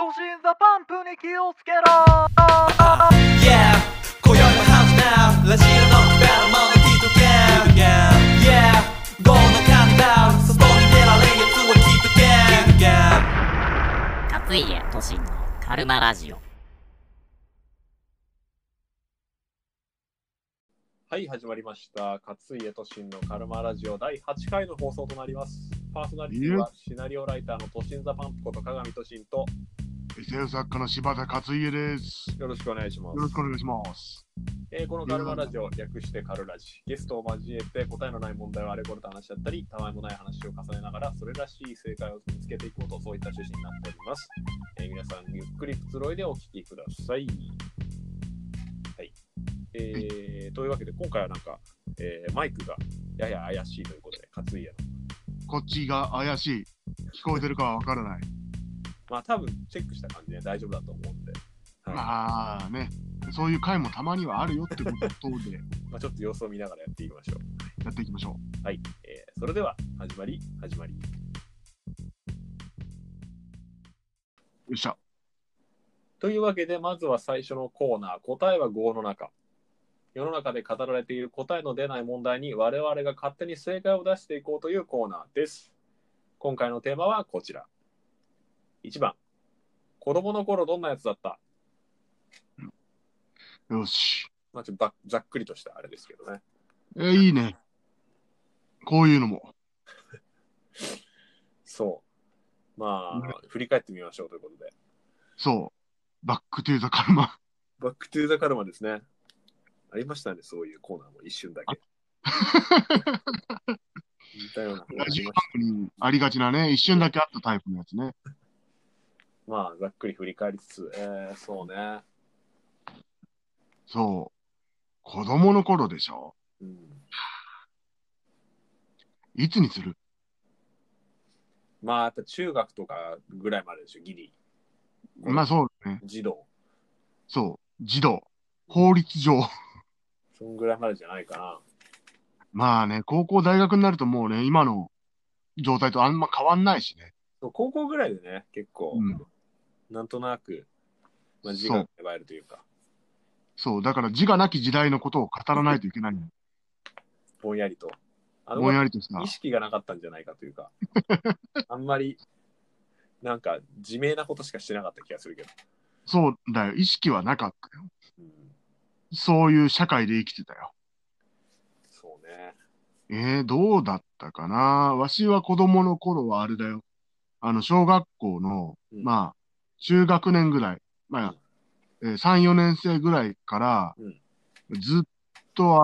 都心ザパンプに気をつけろ。 Yeah 今宵も始まるラジオのくだらもの聞いとけ Yeah ゴーのカーニバル外に出られんやつは聞いとけ勝家都心のカルマラジオ。 はい、始まりました。勝家都心のカルマラジオ第8回の放送となります。パーソナリティはシナリオライターの都心ザパンプこと鏡都心とエセ作家の柴田勝家です。 よろしくお願いします。 よろしくお願いします。 このカルマラジオ、略してカルラジ、ゲストを交えて答えのない問題をあれこれと話し合ったり、たわいもない話を重ねながらそれらしい正解を見つけていこうと、そういった趣旨になっております。皆さんゆっくりくつろいでお聞きください。はい。というわけで今回はなんか、マイクがやや怪しいということで、勝家のこっちが怪しい。聞こえてるかはわからない。 まあ多分チェックした感じで大丈夫だと思うんで、はい、 まあね、そういう回もたまにはあるよってことでまあちょっと様子を見ながらやっていきましょう。 やっていきましょう。はい、それでは始まり。 よっしゃ。 というわけでまずは最初のコーナー、答えは5の中。世の中で語られている答えの出ない問題に我々が勝手に正解を出していこうというコーナーです。今回のテーマはこちら。1番、子供の頃どんなやつだった？ よし。 まあ、ちょっとざっくりとしたあれですけどね。 いいね。こういうのも。 そう。まあ、振り返ってみましょうということで。 そう。バックトゥーザカルマ。 バックトゥーザカルマですね。ありましたね、そういうコーナーも一瞬だけ。似たようなラジオ番組にありがちなね、一瞬だけあったタイプのやつね。 まあ、ざっくり振り返りつつ、そうね。 そう。子供の頃でしょ。 うん。 いつにする？ まあ、やっぱ中学とかぐらいまででしょ、ギリ。 まあそうね。 児童。 そう。児童。法律上。 そんぐらいまでじゃないかな。 まあね、高校大学になるともうね、今の状態とあんま変わんないしね。 そう高校ぐらいでね、結構、なんとなく、まあ、自我が芽生えるというか。 そう、だから自我なき時代のことを語らないといけない。 ぼんやりと。 ぼんやりとした。 意識がなかったんじゃないかというか。あんまり、なんか、自明なことしかしてなかった気がするけど。 そうだよ、意識はなかったよ。そういう社会で生きてたよ。 そうね。 どうだったかな。わしは子供の頃はあれだよ。小学校の、まあ、中学年ぐらい、まあ、3、4年生ぐらいから、ずっと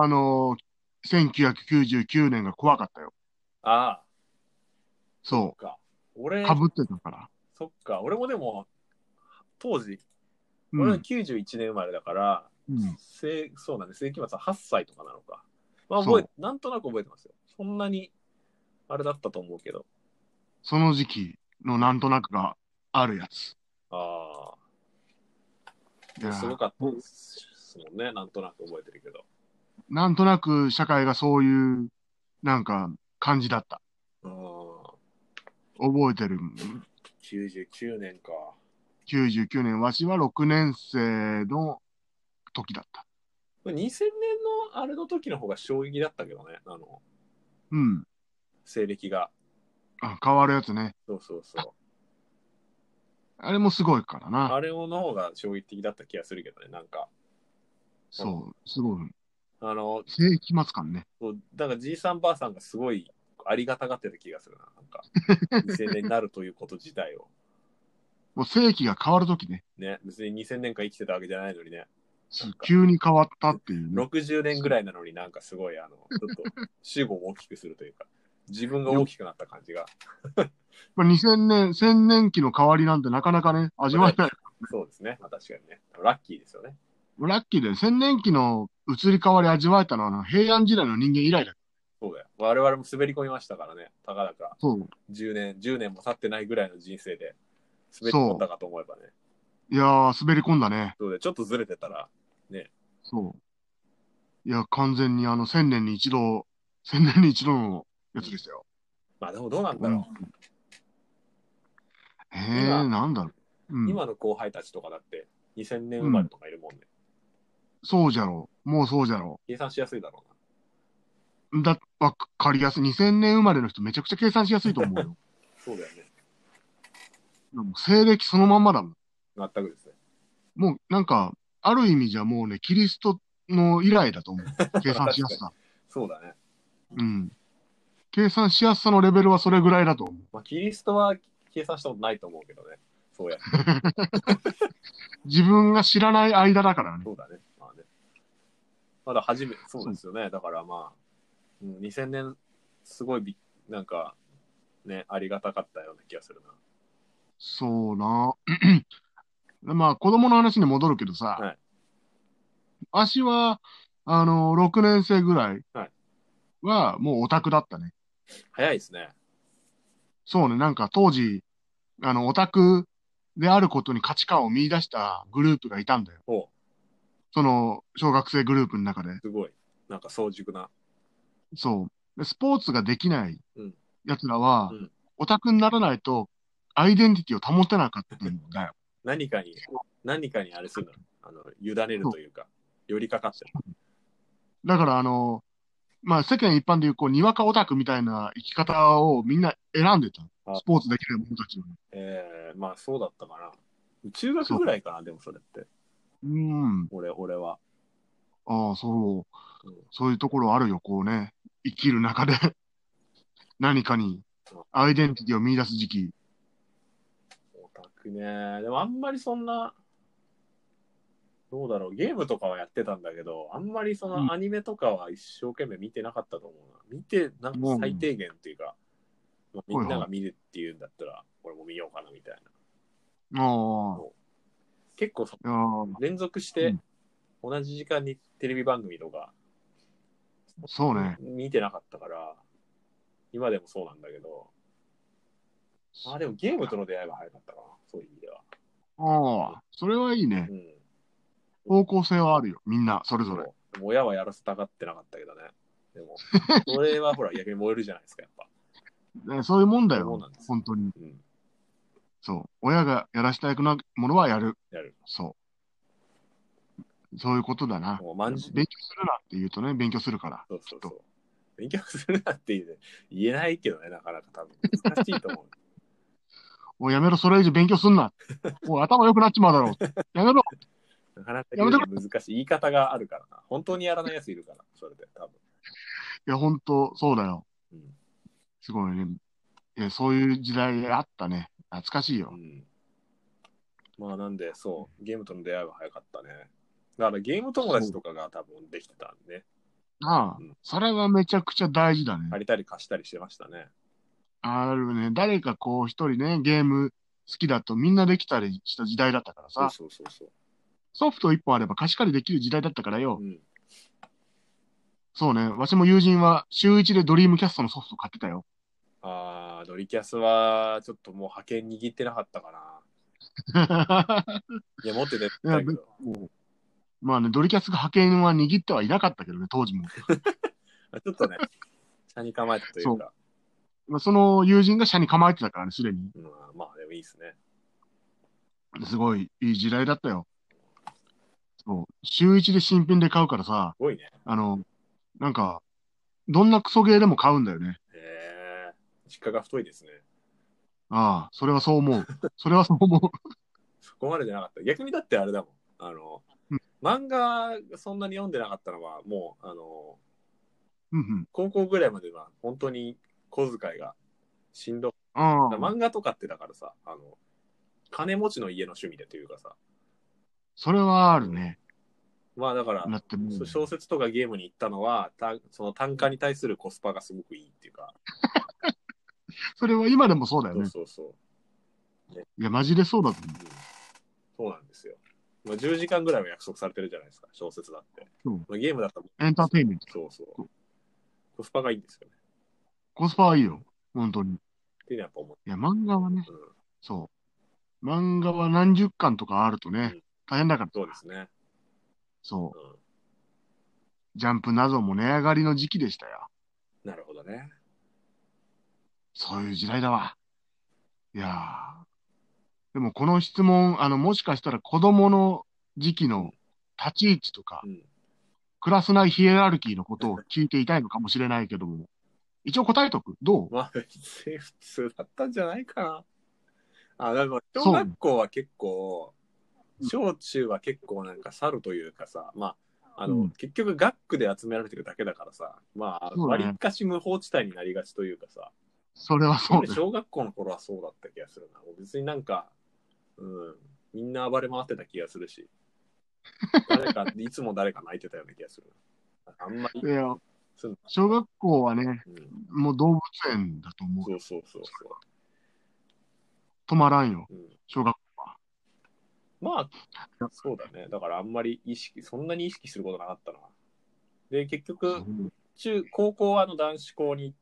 1999年が怖かったよ。 ああ。 そう。 か。俺、 被ってたから。 そっか。俺もでも、当時、俺は91年生まれだから、そうなんです。世紀末は8歳とかなのか。まあ、なんとなく覚えてますよ。そんなに、あれだったと思うけど。 その時期のなんとなくがあるやつ。 ああ。すごかったですもんね。なんとなく覚えてるけど。 なんとなく社会がそういう、なんか、感じだった。覚えてる。 99年か。 99年、わしは6年生の時だった。 2000年のあれの時の方が衝撃だったけどね。西暦が。 変わるやつね。 そう。 あれもすごいからな。 あれの方が衝撃的だった気がするけどね、なんか。 そう、すごい。 世紀末感ね。 そう、だからじいさんばあさんがすごいありがたがってた気がするな。なんか、2000年になるということ自体を。 もう世紀が変わるときね。 ね、別に2000年間生きてたわけじゃないのにね。 急に変わったっていう、 ね。60年ぐらいなのになんかすごい、ちょっと主語を大きくするというか、自分が大きくなった感じが。 2000年、1000年期の変わりなんてなかなかね、味わえない。 そうですね。まあ確かにね。ラッキーですよね。 ラッキーで、1000年期の移り変わり味わえたのは平安時代の人間以来だ。 そうだよ。我々も滑り込みましたからね。たかだか。 そう。 10年も経ってないぐらいの人生で滑り込んだかと思えばね。 いやー、滑り込んだね。 そうで、ちょっとずれてたら、ね。 そう。いや、完全に1000年に一度のやつですよ。 まあでもどうなんだろう。 なんだろう。 うん。 今の後輩たちとかだって2000年生まれとかいるもんね。 そうじゃろう。もうそうじゃろ計算しやすいだろう。わかりやすい。2000年生まれの人めちゃくちゃ計算しやすいと思うよ。 うな。そうだよね。 もう西暦そのまんまだもん。 全くですね。 もうなんか、ある意味じゃもうね、キリストの以来だと思う。計算しやすさ。 そうだね。 うん。計算しやすさのレベルはそれぐらいだと思う。 まあ、キリストは計算したことないと思うけどね。そうやって。 自分が知らない間だからね。 そうだね。まあね。まだ初めて、そうですよね。だからまあ、2000年、すごいなんか、ね、ありがたかったような気がするな。 そうな。まあ、子供の話に戻るけどさ、 はい。 わしは、6年生ぐらいはいはもうオタクだったね。 早いですね。 そうね、なんか当時、オタクであることに価値観を見出したグループがいたんだよ。 おその、小学生グループの中で。 すごい。なんか早熟な。 そう。でスポーツができないうん奴らは、 うんオタクにならないと、アイデンティティを保てなかったんだよ。 何かにあれするの。委ねるというか、寄りかかってる。 だからまあ世間一般でいう、こう、にわかオタクみたいな生き方をみんな選んでた。 あスポーツできない者たちはね。 まあそうだったかな。中学ぐらいかな、でもそれって。 うん。 俺は。 ああ、そううん。 そういうところあるよ、こうね。生きる中で何かにアイデンティティを見出す時期。 オタクね。でもあんまりそんな、どうだろう。ゲームとかはやってたんだけど、あんまりそのアニメとかは一生懸命見てなかったと思うな。見て、なんか最低限っていうか、まあみんなが見るっていうんだったら、俺も見ようかなみたいな。 ああ、 結構いやー連続して同じ時間にテレビ番組とか、 そうね。 見てなかったから、今でもそうなんだけど、でもゲームとの出会いは早かったかな、そういう意味では。 ああ、それはいいね。 うん。 方向性はあるよ、みんな、それぞれ。 でも親はやらせたがってなかったけどね。でも、それはほら、逆に燃えるじゃないですか、やっぱ。 ね、そういうもんだよそうなんです、 本当に。 うん。 そう。親がやらしたいものはやる。 やる。 そう。そういうことだな。 もうまんじ勉強するなって言うとね、勉強するから。 そうそうそう。勉強するなって言えないけどね、なかなか多分。難しいと思う。 もうやめろ、それ以上勉強すんな。もう頭良くなっちまうだろう。やめろ。 なかなか言うの難しい。言い方があるからな。本当にやらないやついるから、それで、多分。 いや、ほんと、そうだよ。 うん。 すごいね。いや、そういう時代あったね。懐かしいよう。ん。まあなんで、そう、ゲームとの出会いは早かったね。だからゲーム友達とかが多分できてたんでね。 ああ、 うんそれはめちゃくちゃ大事だね。 借りたり貸したりしてましたね。 あるね。誰かこう一人ね、ゲーム好きだとみんなできたりした時代だったからそうさ。 そうそうそう。 ソフト一本あれば貸し借りできる時代だったからよ。 うん。 そうね。わしも友人は週一でドリームキャストのソフト買ってたよ。 ドリキャスはちょっともう派遣握ってなかったかな。いや、持ってていやたけど。 まあね、ドリキャスが派遣は握ってはいなかったけどね、当時も。 ちょっとね、車に構えたというか。 まあ、その友人が社に構えてたからね、すでに。 まあでもいいですね。 すごいいい時代だったよ。そう。週一で新品で買うからさ、 すごいね。 なんか、どんなクソゲーでも買うんだよね。 実家が太いですね。 ああ、それはそう思う。それはそう思う。 そこまでじゃなかった。逆にだってあれだもん。 うん漫画そんなに読んでなかったのは、もう、 うんうん。 高校ぐらいまでは本当に小遣いがしんどああ、 漫画とかってだからさ、金持ちの家の趣味でというかさ、 それはあるね。 まあだから、 だってもう、 小説とかゲームに行ったのは、その単価に対するコスパがすごくいいっていうか、 それは今でもそうだよそうね。 そうそう。 いや、マジでそうだと思う。 そうなんですよ。まあ、10時間ぐらいは約束されてるじゃないですか、小説だって。 そうまあ、ゲームだったらエンターテインメント。 そうそう。コスパがいいんですよね。 コスパはいいよ。本当に。 っていうのはやっぱ思いや、漫画はね、 う。 そう。漫画は何十巻とかあるとね、 うん大変だから。 そうですね。 そうう。ジャンプ謎も値上がりの時期でしたよ。 なるほどね。 そういう時代だわ。いやでもこの質問、もしかしたら子供の時期の立ち位置とか、クラス内ヒエラルキーのことを聞いていたいのかもしれないけども、一応答えとく。どう？ まあ、別に普通だったんじゃないかな。でも、小学校は結構、小中は結構なんか猿というかさ、まあ、結局学区で集められてるだけだからさ、まあ、割かし無法地帯になりがちというかさ、 それはそうです。 小学校の頃はそうだった気がするな。別になんか、みんな暴れ回ってた気がするし、いつも誰か泣いてたような気がする。あんまり。 いや、小学校はね、もう動物園だと思う。 そう。 止まらんよ、小学校は。 まあ、そうだね。だからあんまりそんなに意識することなかったな。で、結局、高校は男子校に行って、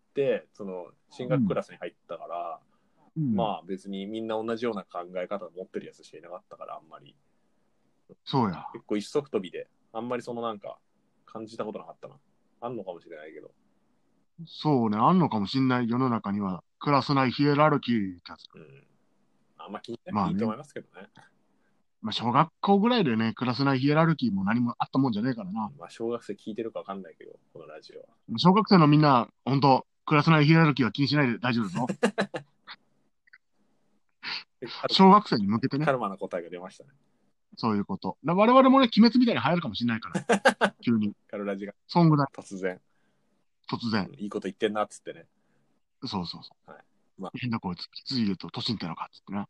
その、進学クラスに入ったから、まあ別にみんな同じような考え方を持ってるやつしかいなかったから、あんまり。 そうや。 結構一足飛びで、あんまりそのなんか、感じたことなかったな。あんのかもしれないけど。 そうね、あんのかもしんない世の中には、クラス内ヒエラルキーってやつ。 あんま気になっていいと思いますけどね。 まあ、小学校ぐらいでね、クラス内ヒエラルキーも何もあったもんじゃねえからな。 まあ、小学生聞いてるかわかんないけど、このラジオは。 小学生のみんな、本当クラス内ヒエラルキーは気にしないで大丈夫ですよ。小学生に向けてね。 カルマな答えが出ましたね。 そういうこと。我々もね、鬼滅みたいに流行るかもしれないから。急に。 カルラジが。 そんぐらい。 突然。 いいこと言ってんな、っつってね。 そう。はい。まあ、変なこいつ、きつい言うと、年んてのか、っつってな。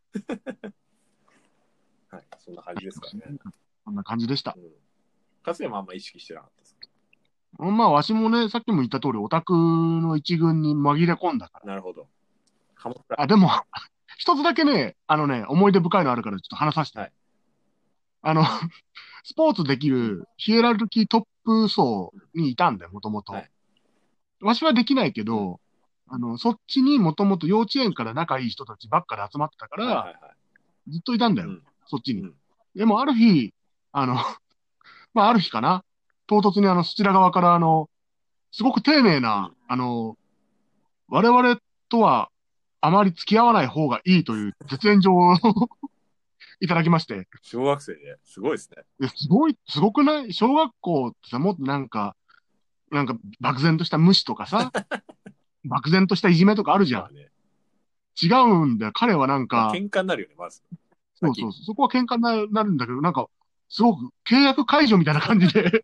はい、そんな感じですかね。 そんな感じでした。 かつてもあんま意識してなかったです。 まあ、わしもね、さっきも言った通り、オタクの一軍に紛れ込んだから。 なるほど。 でも、一つだけね、思い出深いのあるから、ちょっと話させて。はい、スポーツできるヒエラルキートップ層にいたんだよ、もともと。わしはできないけど、そっちにもともと幼稚園から仲いい人たちばっかで集まってたから、ずっといたんだよ、そっちに。でもある日、まあある日かな、唐突にそちら側からすごく丁寧な、我々とはあまり付き合わない方がいいという絶縁状をいただきまして。 小学生ですごいですね。 すごくない小学校ってさ、もっとなんか漠然とした無視とかさ、漠然としたいじめとかあるじゃん。違うんだよ。彼はなんか。 喧嘩になるよね、まず。 そう。そこは喧嘩になるんだけど、なんか、すごく契約解除みたいな感じで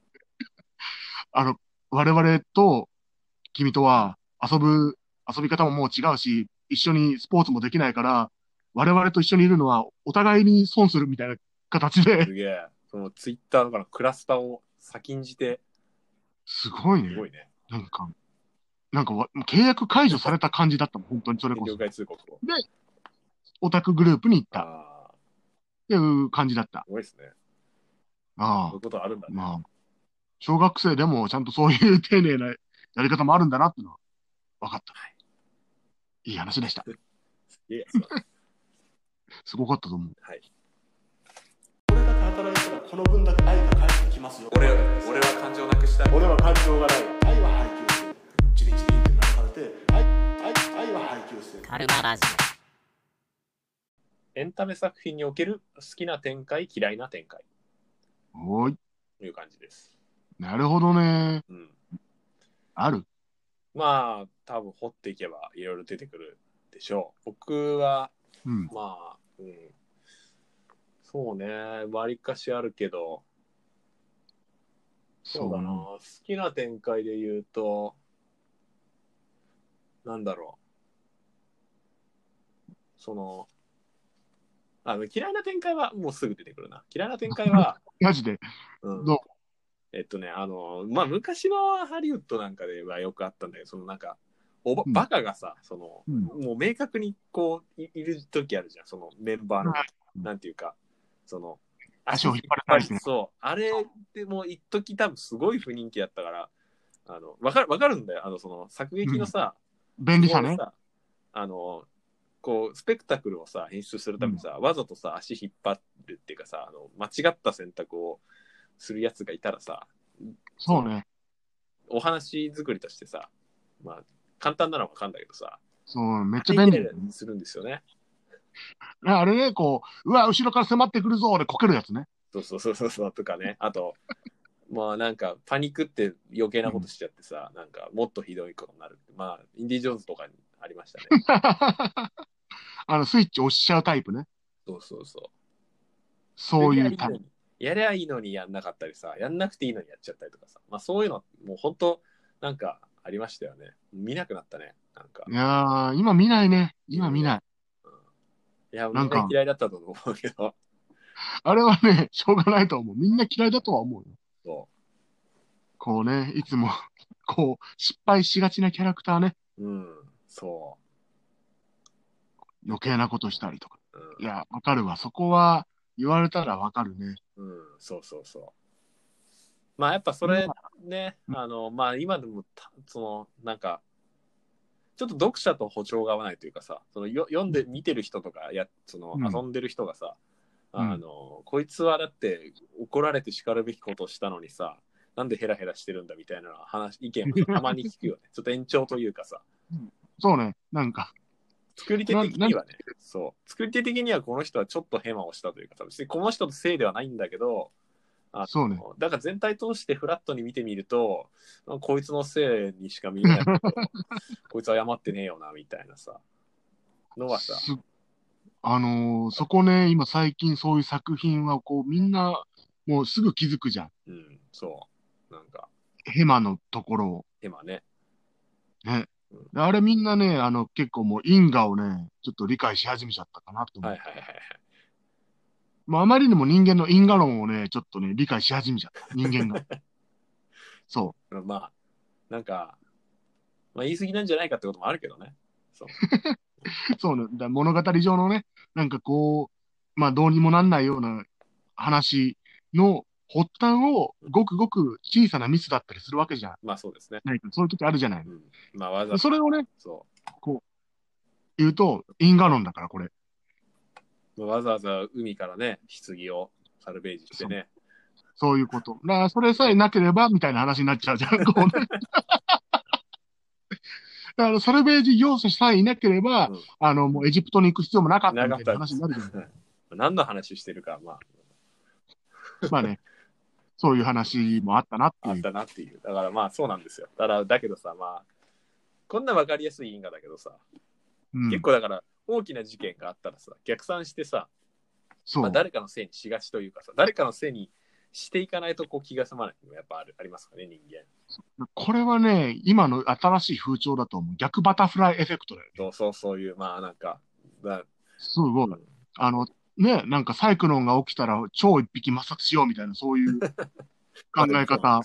我々と君とは遊び方ももう違うし、一緒にスポーツもできないから、我々と一緒にいるのはお互いに損するみたいな形で。 すげえ。そのツイッターとかのクラスターを先んじて。 すごいね。なんか契約解除された感じだったもん、本当にそれこそ。 業界通告を。 で、オタクグループに行った。っていう感じだった。 すごいですね。 ああ。 そういうことあるんだね。 まあ、小学生でもちゃんとそういう丁寧なやり方もあるんだなっていうのは分かった。いい話でした。すごかったと思う。 はい。 これだけ働いたらこの分だけ愛が返ってきますよ。 俺は感情なくした。 俺は感情がない。愛は配給する。チリチリって鳴らされて、愛は配給する。 カルマラジオ。エンタメ作品における好きな展開、嫌いな展開。 おい。 という感じです。 なるほどね。ある？ まあ、多分掘っていけばいろいろ出てくるでしょう。僕は、まあ、そうね、割かしあるけど、そうだな、好きな展開で言うと、なんだろう。嫌いな展開はもうすぐ出てくるな。嫌いな展開は、 マジで、どう？ まあ、昔のハリウッドなんかではよくあったんだけど、なんか、バカがさ、もう明確にこう、いる時あるじゃん、そのメンバーの、なんていうか、 足を引っ張るタイプ。 そう。あれでも一時多分すごい不人気だったから、わかるんだよ。作劇のさ、 便利さね。 こう、スペクタクルをさ、演出するためにさ、わざとさ、足引っ張るっていうかさ、間違った選択をするやつがいたらさ、 そうね。 お話作りとしてさ、まあ、簡単なのはわかんだけどさ、 そう、めっちゃ便利するんですよね。 あれね、こう、うわ、後ろから迫ってくるぞ、でこけるやつね。 そうそうそうそうとかね。あと、まあなんかパニックって余計なことしちゃってさ、なんかもっとひどいことになる。まあ、インディ・ジョーンズとかにありましたね。 スイッチ押しちゃうタイプね。 そうそうそう。 そういうタイプ。 やりゃいいのにやんなかったりさ、やんなくていいのにやっちゃったりとかさ。まあそういうの、もう本当なんかありましたよね。見なくなったね。なんか。 いやー、今見ないね。今見ない。 いや、みなんかんな嫌いだったと思うけど。 あれはね、しょうがないと思う。みんな嫌いだとは思うよ。 そこうね、いつも、こう、失敗しがちなキャラクターね。 う。うん、そ余計なことしたりとか。 う。うんいや、わかるわ。そこは、言われたらわかるね。 うん、そうそうそう。まあやっぱそれね、まあ今でもなんか、ちょっと読者と歩調が合わないというかさ、読んで見てる人とか、遊んでる人がさ、こいつはだって怒られて叱るべきことをしたのにさ、なんでヘラヘラしてるんだみたいな意見をたまに聞くよね。ちょっと延長というかさ。 そうね、なんか。 作り手的にはね、そう。作り手的にはこの人はちょっとヘマをしたというかさ、別にこの人のせいではないんだけど、 そうね。 だから全体通してフラットに見てみると、こいつのせいにしか見えないけど、こいつ謝ってねえよな、みたいなさ、のはさ。 そこね、今最近そういう作品は、こう、みんな、もうすぐ気づくじゃん。 うん、そう。なんか、 ヘマのところを。 ヘマね。 ね。であれみんなね、結構もう因果をね、ちょっと理解し始めちゃったかなと思う。 はいはいはいはい。 まあ、あまりにも人間の因果論をね、ちょっとね、理解し始めちゃった。人間が。そまあ、なんか、まあ言い過ぎなんじゃないかってこともあるけどね。そう。 う。そうね。物語上のね、なんかこう、まあ、どうにもなんないような話の発端をごくごく小さなミスだったりするわけじゃん。 まあそうですね。 なんかそういう時あるじゃない。 うん。まあわざでそれをね、 そこう、言うと、因果論だから、これ。 う。わざわざ海からね、棺をサルベージしてね。 そういうこと。だから、それさえなければ、みたいな話になっちゃうじゃん、こうね。だから、サルベージ業者さえいなければ、もうエジプトに行く必要もなかったみたいな話になるじゃん。 何の話してるか、まあ。 まあね、そういう話もあったなっていう。 あったなっていう。だからまあそうなんですよ。だけどさ、まあ、こんな分かりやすい因果だけどさ、結構だから大きな事件があったらさ、逆算してさ、 そう、 誰かのせいにしがちというかさ、誰かのせいにしていかないとこう気が済まないのもやっぱありますかね、人間。 これはね、今の新しい風潮だと思う。逆バタフライエフェクトだよね。 そういう、まあなんか、 すごい。ね、なんかサイクロンが起きたら超一匹抹殺しようみたいな、そういう考え方。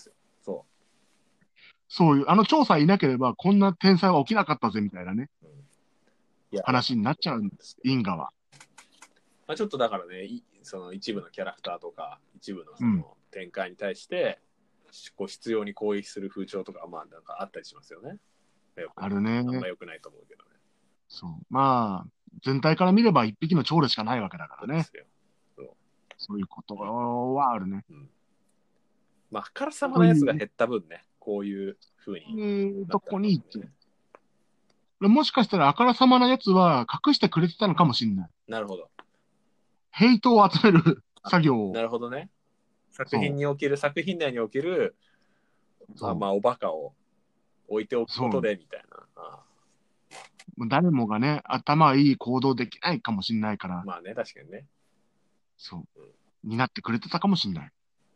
そういう、調査いなければこんな天才は起きなかったぜみたいなね、話になっちゃうんです、因果は。 まあ、ちょっとだからね、その一部のキャラクターとか、一部のその展開に対して、こう必要に攻撃する風潮とか、まあなんかあったりしますよね。 あるね。 あんま良くないと思うけどね。 そう。まあ、全体から見れば一匹の蝶でしかないわけだからね。そういうことはあるね。 まあ、あからさまなやつが減った分ね、こういう風に。 どこに行って。もしかしたらあからさまなやつは隠してくれてたのかもしれない。 なるほど。 ヘイトを集める作業を。 なるほどね。作品内における、まあ、おバカを置いておくことで、みたいな。 誰もがね、頭いい行動できないかもしれないから。 まあね、確かにね。 そう。になってくれてたかもしれない。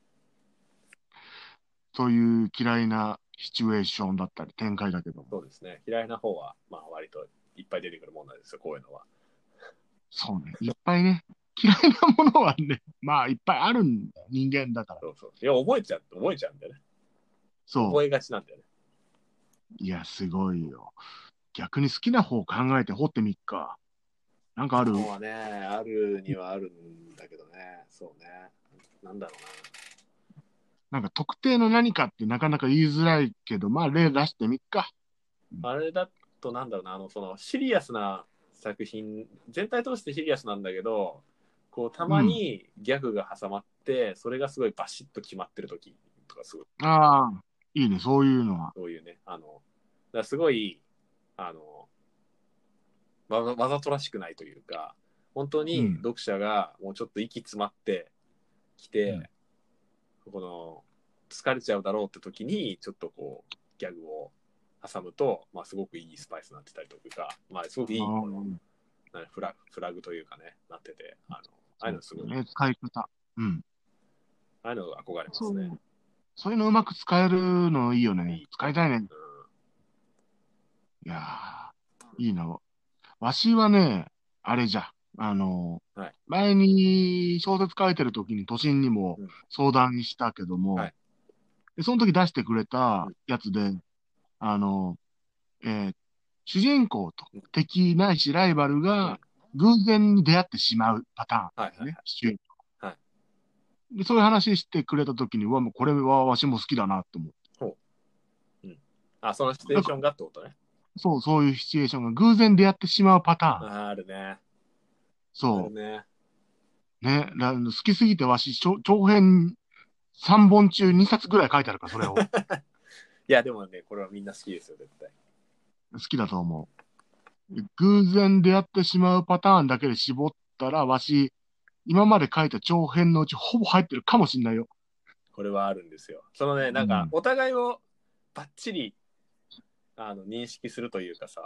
そういう嫌いなシチュエーションだったり展開だけど。 そうですね。嫌いな方は、まあ割といっぱい出てくるもんなんですよ、こういうのは。 そうね。いっぱいね。嫌いなものはね、まあいっぱいあるんだよ、人間だから。 そう。いや、覚えちゃうんだよね。 そう。 覚えがちなんだよね。 いや、すごいよ。逆に好きな方を考えて掘ってみっか。なんかある？ そうはね、あるにはあるんだけどね。そうね。なんだろうな。なんか特定の何かってなかなか言いづらいけど、まあ例出してみっか。 あれだとなんだろうな、そのシリアスな作品、全体通してシリアスなんだけど、こうたまにギャグが挟まって、それがすごいバシッと決まってる時とかすごい。 ああ、いいね、そういうのは。 そういうね、だからすごい、わざとらしくないというか、 本当にうん読者がもうちょっと息詰まってきて、この疲れちゃうだろうって時にちょっとこうギャグを挟むと、まあ、すごくいいスパイスになってたりとか、まあ、すごくいいこのフラグというかねなってて、ああいうのすごい、 ね、使い方。うん。 ああいうの憧れますそうね。 そういうのうまく使えるのいいよね。 いい使いたいね。 うんいやー、いいな。わしはね、あれじゃ、 はい前に小説書いてる時に都心にもうん相談したけども、 はいでその時出してくれたやつで、あの、主人公と敵ないしライバルが偶然に出会ってしまうパターン、ね、 はいはいシチュエーションはで。そういう話してくれた時に、もうこれはわしも好きだなって思う。 あ、そのシチュエーションがってことね。 そういうシチュエーションが偶然出会ってしまうパターン。 あるね。あそるね。 う。ね。好きすぎてわし、長編3本中2冊ぐらい書いてあるから、それを。 いや、でもね、これはみんな好きですよ、絶対。 好きだと思う。偶然出会ってしまうパターンだけで絞ったら、わし、今まで書いた長編のうちほぼ入ってるかもしんないよ。 これはあるんですよ。そのね、なんか、お互いをバッチリ、認識するというかさ、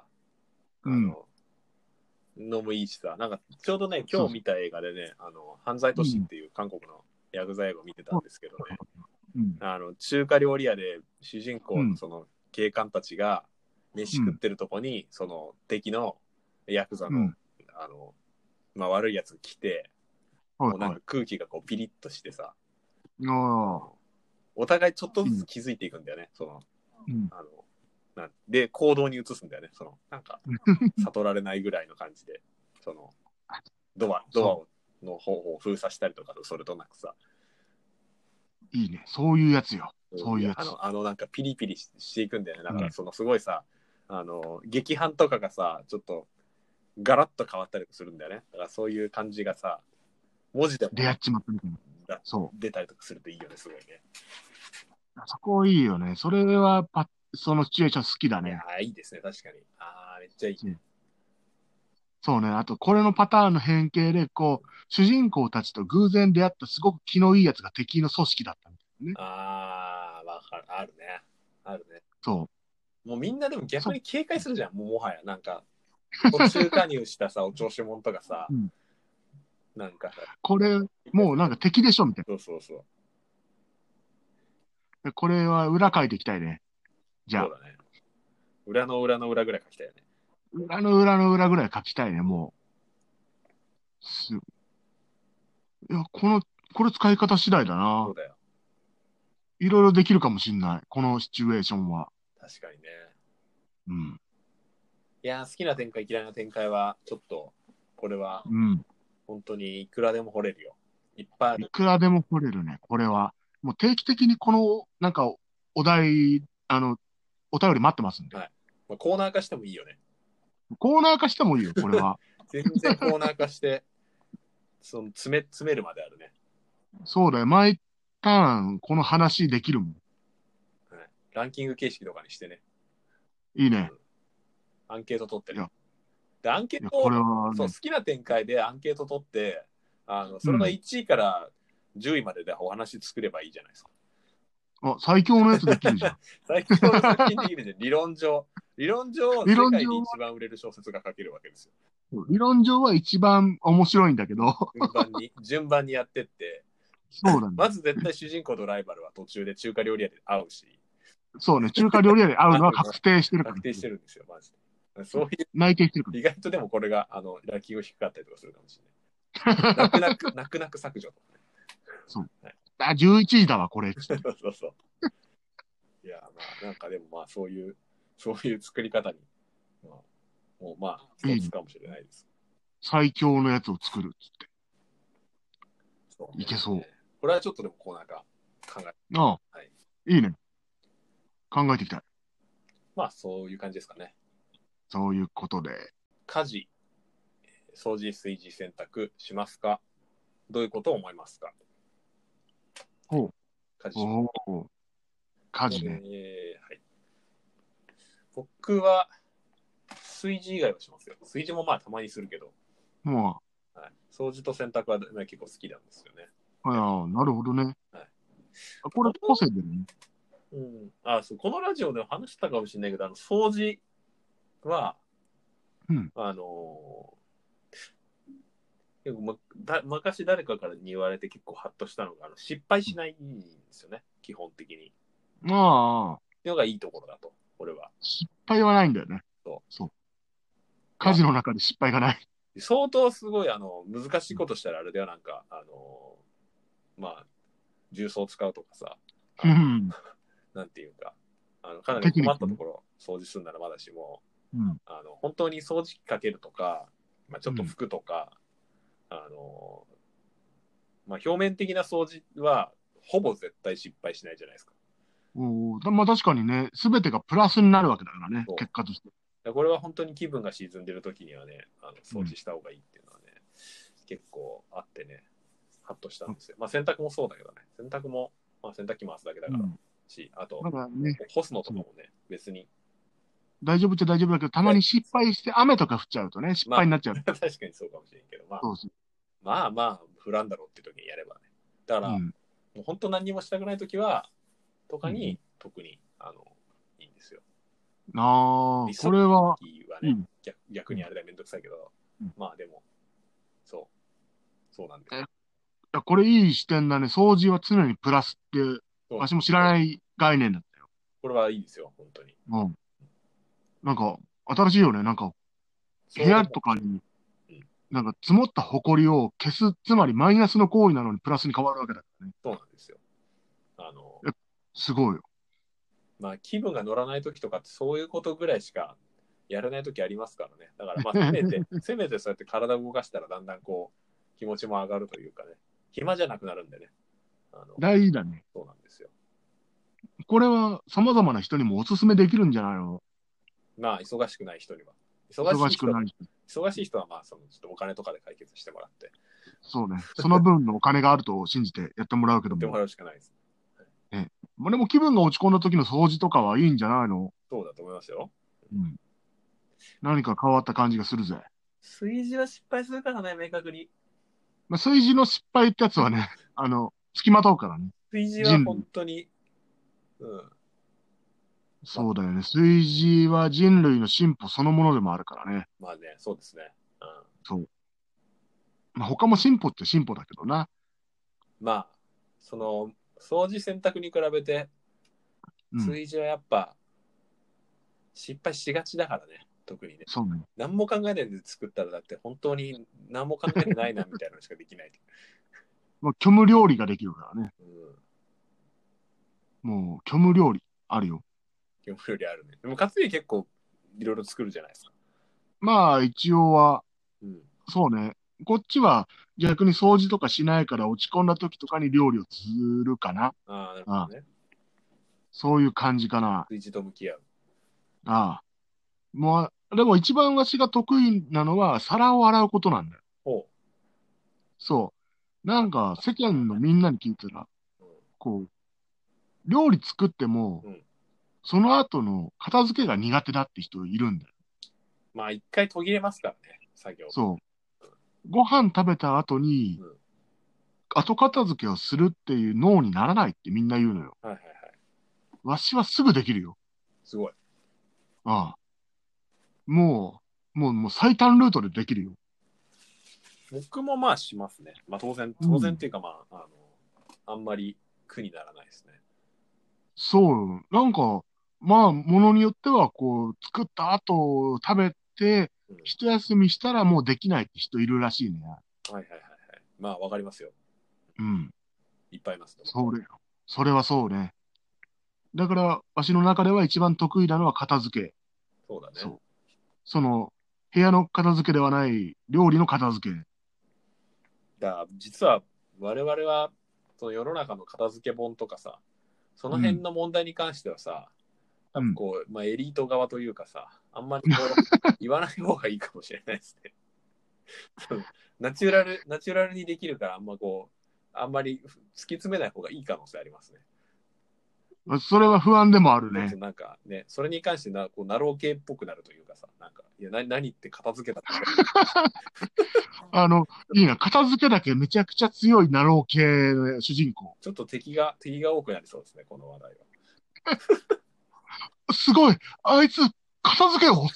のもいいしさ、なんか、ちょうどね、今日見た映画でね、犯罪都市っていう韓国のヤクザ映画を見てたんですけどね、中華料理屋で主人公のその警官たちが飯食ってるとこに、その敵のヤクザの、まあ、悪いやつが来て、もうなんか空気がこうピリッとしてさ、お互いちょっとずつ気づいていくんだよね、その、で、行動に移すんだよね、その、なんか、悟られないぐらいの感じで、その、ドアの方法を封鎖したりとか、それとなくさ、 いいね。そういうやつよ。そういうやつ。 なんかピリピリしていくんだよね。だからそのすごいさ、劇伴とかがさ、ちょっとガラッと変わったりするんだよね。だからそういう感じがさ、文字でも出会っちまったみたいな。 出たりとかするといいよね、すごいね。 そこいいよね。それはそのシチュエーション好きだね。 いや、いいですね、確かに。めっちゃいいね。 そうね。あと、これのパターンの変形で、こう、主人公たちと偶然出会ったすごく気のいいやつが敵の組織だったみたいなね。 わかる。あるね。あるね。 そう。 もうみんなでも逆に警戒するじゃん、もはや。なんか、途中加入したさ、お調子者とかさ、なんかさ。 これ、もうなんか敵でしょみたいな。そう。 これは裏書いていきたいね。じゃあ。 そうだね。裏の裏の裏ぐらい書きたいよね。 裏の裏の裏ぐらい書きたいね、もう。いや、これ使い方次第だな。 そうだよ。 いろいろできるかもしんない。このシチュエーションは。 確かにね。 うん。 いや、好きな展開、嫌いな展開は、ちょっと、これは、本当にいくらでも掘れるよ。いっぱいある。 いくらでも掘れるね、これは。もう定期的にこの、なんか、お題、お便り待ってますんで。 はい。まあ、コーナー化してもいいよね。 コーナー化してもいいよ、これは。 全然コーナー化して、その詰めるまであるね。 そうだよ。毎ターン、この話できるもん。 はい。ランキング形式とかにしてね。 いいね。 アンケート取ってる。で、アンケートこれは、 そう、好きな展開でアンケート取って、それが1位から10位まででお話作ればいいじゃないですか。 最強のやつできるじゃん。 最強の作品できるじゃん。理論上、世界で一番売れる小説が書けるわけですよ。 理論上は一番面白いんだけど。 順番にやってって。 そうだね。 まず絶対主人公とライバルは途中で中華料理屋で会うし。 そうね。中華料理屋で会うのは確定してるから。 確定してるんですよ、マジで。そういう。 内定してるから。 意外とでもこれが、ランキング低かったりとかするかもしれない。泣く泣く削除とかね。 そう。11位だわ、これ。 そう。いや、まあ、なんかでもまあ、そういう作り方に、もうまあ、一つかもしれないです。 最強のやつを作るっつって。 そうね、 いけそう。 これはちょっとでもこうなんか考えて。 はい。いいね。考えていきたい。 まあ、そういう感じですかね。 そういうことで。 家事、掃除、炊事、洗濯しますか？どういうことを思いますか？ ほう。 家事。 家事ね。 はい。僕は、炊事以外はしますよ。炊事もまあたまにするけど。 もう、 は掃除と洗濯は、ね、結構好きなんですよね。 ああ、なるほどね。 はい、 これ個性でね。 うん。あ、そう、このラジオでも話したかもしれないけど、掃除は、 うん。 結構昔誰かからに言われて結構ハッとしたのが、失敗しないんですよね、基本的に。 ああ。 っていうのがいいところだと、俺は。 失敗はないんだよね。そう。家事の中で失敗がない。 相当すごい、難しいことしたらあれだよ、なんか、まあ、重曹を使うとかさ、 うん。 なんていうか、かなり困ったところ、掃除するならまだしも、 うん、 本当に掃除機かけるとか、まあ、ちょっと拭くとか、まあ、表面的な掃除は、ほぼ絶対失敗しないじゃないですか。 まあ確かにね、すべてがプラスになるわけだからね、結果として。 これは本当に気分が沈んでる時にはね、掃除した方がいいっていうのはね、結構あってね、ハッとしたんですよ。まあ洗濯もそうだけどね、洗濯も、まあ、洗濯機回すだけだからし、あと、 ね、 干すのとかもね、別に。 大丈夫っちゃ大丈夫だけど、たまに失敗して雨とか降っちゃうとね、失敗になっちゃう。 まあ、確かにそうかもしれんけど、まあ、まあまあ、降らんだろうって時にやればね。だから、もう本当何にもしたくない時は、とかに、特に、いいんですよ。 ああ、これは、 ね、逆にあれだめんどくさいけど、まあでも、そうなんですよ。 これいい視点だね。掃除は常にプラスって、私も知らない概念だったよ。 これはいいですよ、本当に。 うん。なんか、新しいよね。なんか、部屋とかに、なんか積もった埃を消す、つまりマイナスの行為なのにプラスに変わるわけだからね。 そうなんですよ。 すごいよ。 まあ気分が乗らない時とかってそういうことぐらいしかやらない時ありますからね。だからまあせめてそうやって体を動かしたらだんだんこう気持ちも上がるというかね。暇じゃなくなるんでね。 大事だね。 そうなんですよ。 これは様々な人にもおすすめできるんじゃないの？ まあ忙しくない人には。 忙しくない人。 忙しい人はまあちょっとお金とかで解決してもらって。 そうね。その分のお金があると信じてやってもらうけども。 やってもらうしかないです。 でも気分が落ち込んだ時の掃除とかはいいんじゃないの？ そうだと思いますよ。 うん。何か変わった感じがするぜ。 炊事は失敗するからね、明確に。 まあ、炊事の失敗ってやつはね、付きまとうからね。 炊事は本当に、 そうだよね。炊事は人類の進歩そのものでもあるからね。 まあね、そうですね。 そう。まあ、他も進歩って進歩だけどな。 まあ、掃除洗濯に比べて、炊事はやっぱ、失敗しがちだからね、特にね。 そうね。 何も考えないで作ったら、だって本当に何も考えてないな、みたいなのしかできない。 まあ、虚無料理ができるからね。もう、虚無料理あるよ。 虚無料理あるね。でも、かつて結構いろいろ作るじゃないですか。 まあ、一応は、そうね。こっちは逆に掃除とかしないから落ち込んだ時とかに料理をするかな。 ああ、なるほどね。 そういう感じかな。 炊事と向き合う。 ああ。もう、でも一番わしが得意なのは皿を洗うことなんだよ。そう。なんか世間のみんなに聞いたら、こう、料理作っても、その後の片付けが苦手だって人いるんだよ。 まあ一回途切れますからね、作業。 そう。ご飯食べた後に、後片付けをするっていう脳にならないってみんな言うのよ。 はいはいはい。 わしはすぐできるよ。 すごい。 ああ。もう最短ルートでできるよ。 僕もまあしますね。まあ当然っていうかまあ、あんまり苦にならないですね。 そう。なんか、まあ、ものによっては、こう、作った後食べて、一休みしたらもうできないって人いるらしいね。 はいはいはいはい。まあわかりますよ。 うん。 いっぱいいます。 それはそうね。だから、わしの中では一番得意なのは片付け。 そうだね。 そう。部屋の片付けではない料理の片付け。 実は我々はその世の中の片付け本とかさ、その辺の問題に関してはさ、多分こう、まあエリート側というかさ、あんまりこう言わない方がいいかもしれないですね。ナチュラルにできるからあんまり突き詰めない方がいい可能性ありますね。 それは不安でもあるね。 なんかね、それに関してこうナロー系っぽくなるというかさ、なんか、いや、何って片付けたって。 いいな。片付けだけめちゃくちゃ強いナロー系の主人公。 ちょっと敵が多くなりそうですね、この話題は。 すごいあいつ、片付けよ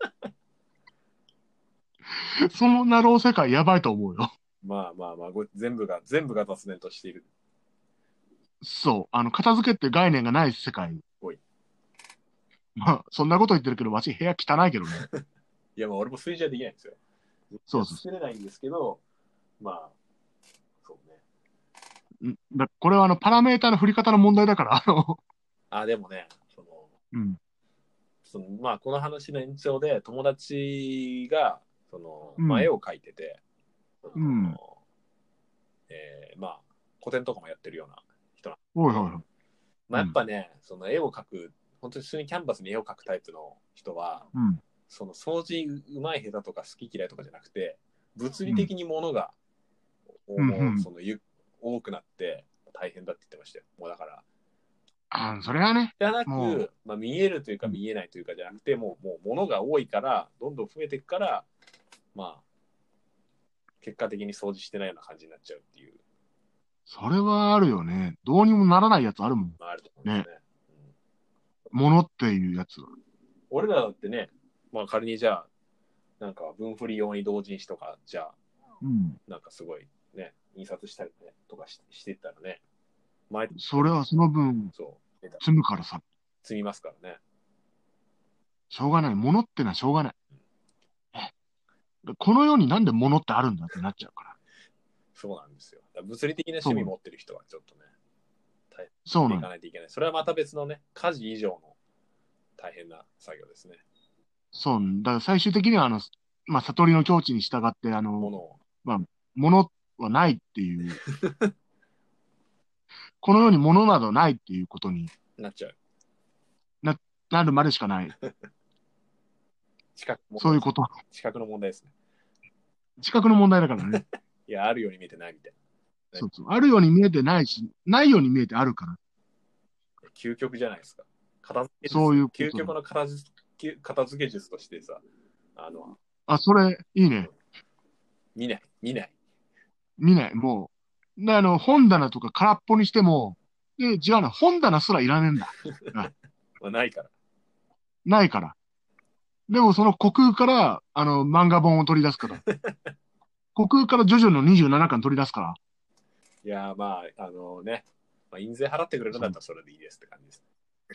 うそのナロー世界やばいと思うよ。 まあ、全部が雑念としている。 そう。片付けって概念がない世界。 おい。 まあ、そんなこと言ってるけど、わし部屋汚いけどね。 いや、まあ、俺も炊事はできないんですよ。 そうそう。 作れないんですけど、まあ、そうね。 これはパラメータの振り方の問題だから、 でもね、 うん。 まあ、この話の延長で、友達が、 うん絵を描いてて、 うんまあ、古典とかもやってるような人なんおいおい。 まあ、やっぱね、その絵を描く、本当に普通にキャンバスに絵を描くタイプの人は、 うん。 その掃除うまい下手とか好き嫌いとかじゃなくて、物理的に物が、 うん多くなって大変だって言ってましたよ。もうだから、 それはね。 じゃなもく、まあ、見えるというか見えないというかじゃなくて、もう物が多いから、どんどん増えていくから、まあ、結果的に掃除してないような感じになっちゃうっていう。 それはあるよね。どうにもならないやつあるもん。 まあ、あると思うんですね。 物っていうやつ。 俺らだってね、まあ仮にじゃあ、なんか分振り用に同人誌とか、じゃあ、なんかすごいね、印刷したりね、とかしていったらね、 それはその分、積むからさ。 積みますからね。 しょうがない。物ってのはしょうがない。この世になんで物ってあるんだってなっちゃうから。 そうなんですよ。物理的な趣味持ってる人はちょっとね、大変そうなんいかないといけない。それはまた別のね、家事以上の大変な作業ですね。 そう。だから最終的にはまあ、悟りの境地に従って、まあ、物はないっていう、この世に物などないっていうことになっちゃう。 なるまでしかない。そういうこと。 資格の問題ですね。 資格の問題だからね。 いや、あるように見えてないみたいな。 そうそう。あるように見えてないし、ないように見えてあるから。 究極じゃないですか。 そういうこと。 究極の片付け術としてさ、 それ、いいね。 見ない。 見ない。もう、本棚とか空っぽにしても、違うな、本棚すらいらねえんだ。 まあ、ないから。 ないから。でもその虚空から、漫画本を取り出すから。虚空からジョジョの27巻取り出すから。 いやまあ、ね、まあ、印税払ってくれるんだったらそれでいいですって感じです。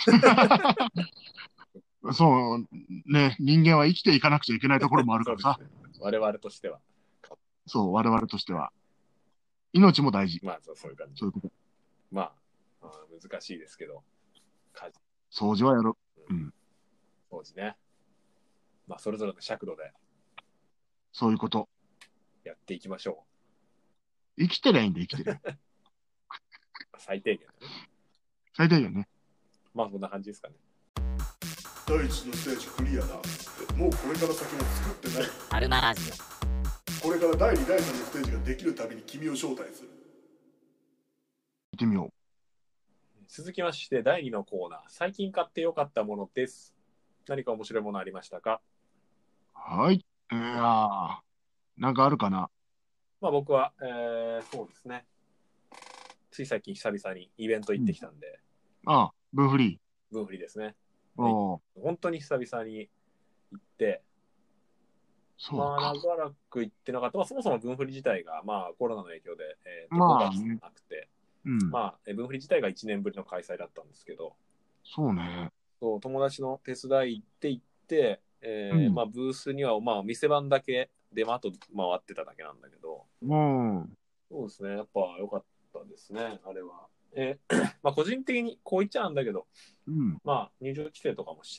そうね、人間は生きていかなくちゃいけないところもあるからさ。 ね、我々としては。 そう、我々としては。命も大事。 まあ、そういう感じ。 そういうこと。 まあ、難しいですけど。 掃除はやろう。うん。 掃除ね。まあ、それぞれの尺度で。 そういうこと。 やっていきましょう。生きてりゃいいんだ、生きてりゃ。 最低限ね。 最低限ね。 まあ、こんな感じですかね。 第一のステージクリアだ。もうこれから先も作ってない。 カルマラジオ。これから第2、第3のステージができるたびに君を招待する。 行ってみよう。 続きまして、第2のコーナー。最近買ってよかったものです。何か面白いものありましたか？ はい。なんかあるかな。 まあ僕は、そうですね。つい最近久々にイベント行ってきたんで。 分振り。 分振りですね。 本当に久々に行って、まあ長らく行ってなかった。まあそもそも分振り自体が、まあコロナの影響で、5月なくて、まあ分振り自体が1年ぶりの開催だったんですけど、 そうね。 そう、友達の手伝い行って、まあブースには、まあ店番だけで、あと回ってただけなんだけど、そうですね。やっぱ良かったですね、あれは。まあ個人的にこう言っちゃうんだけど、まあ入場規制とかもして、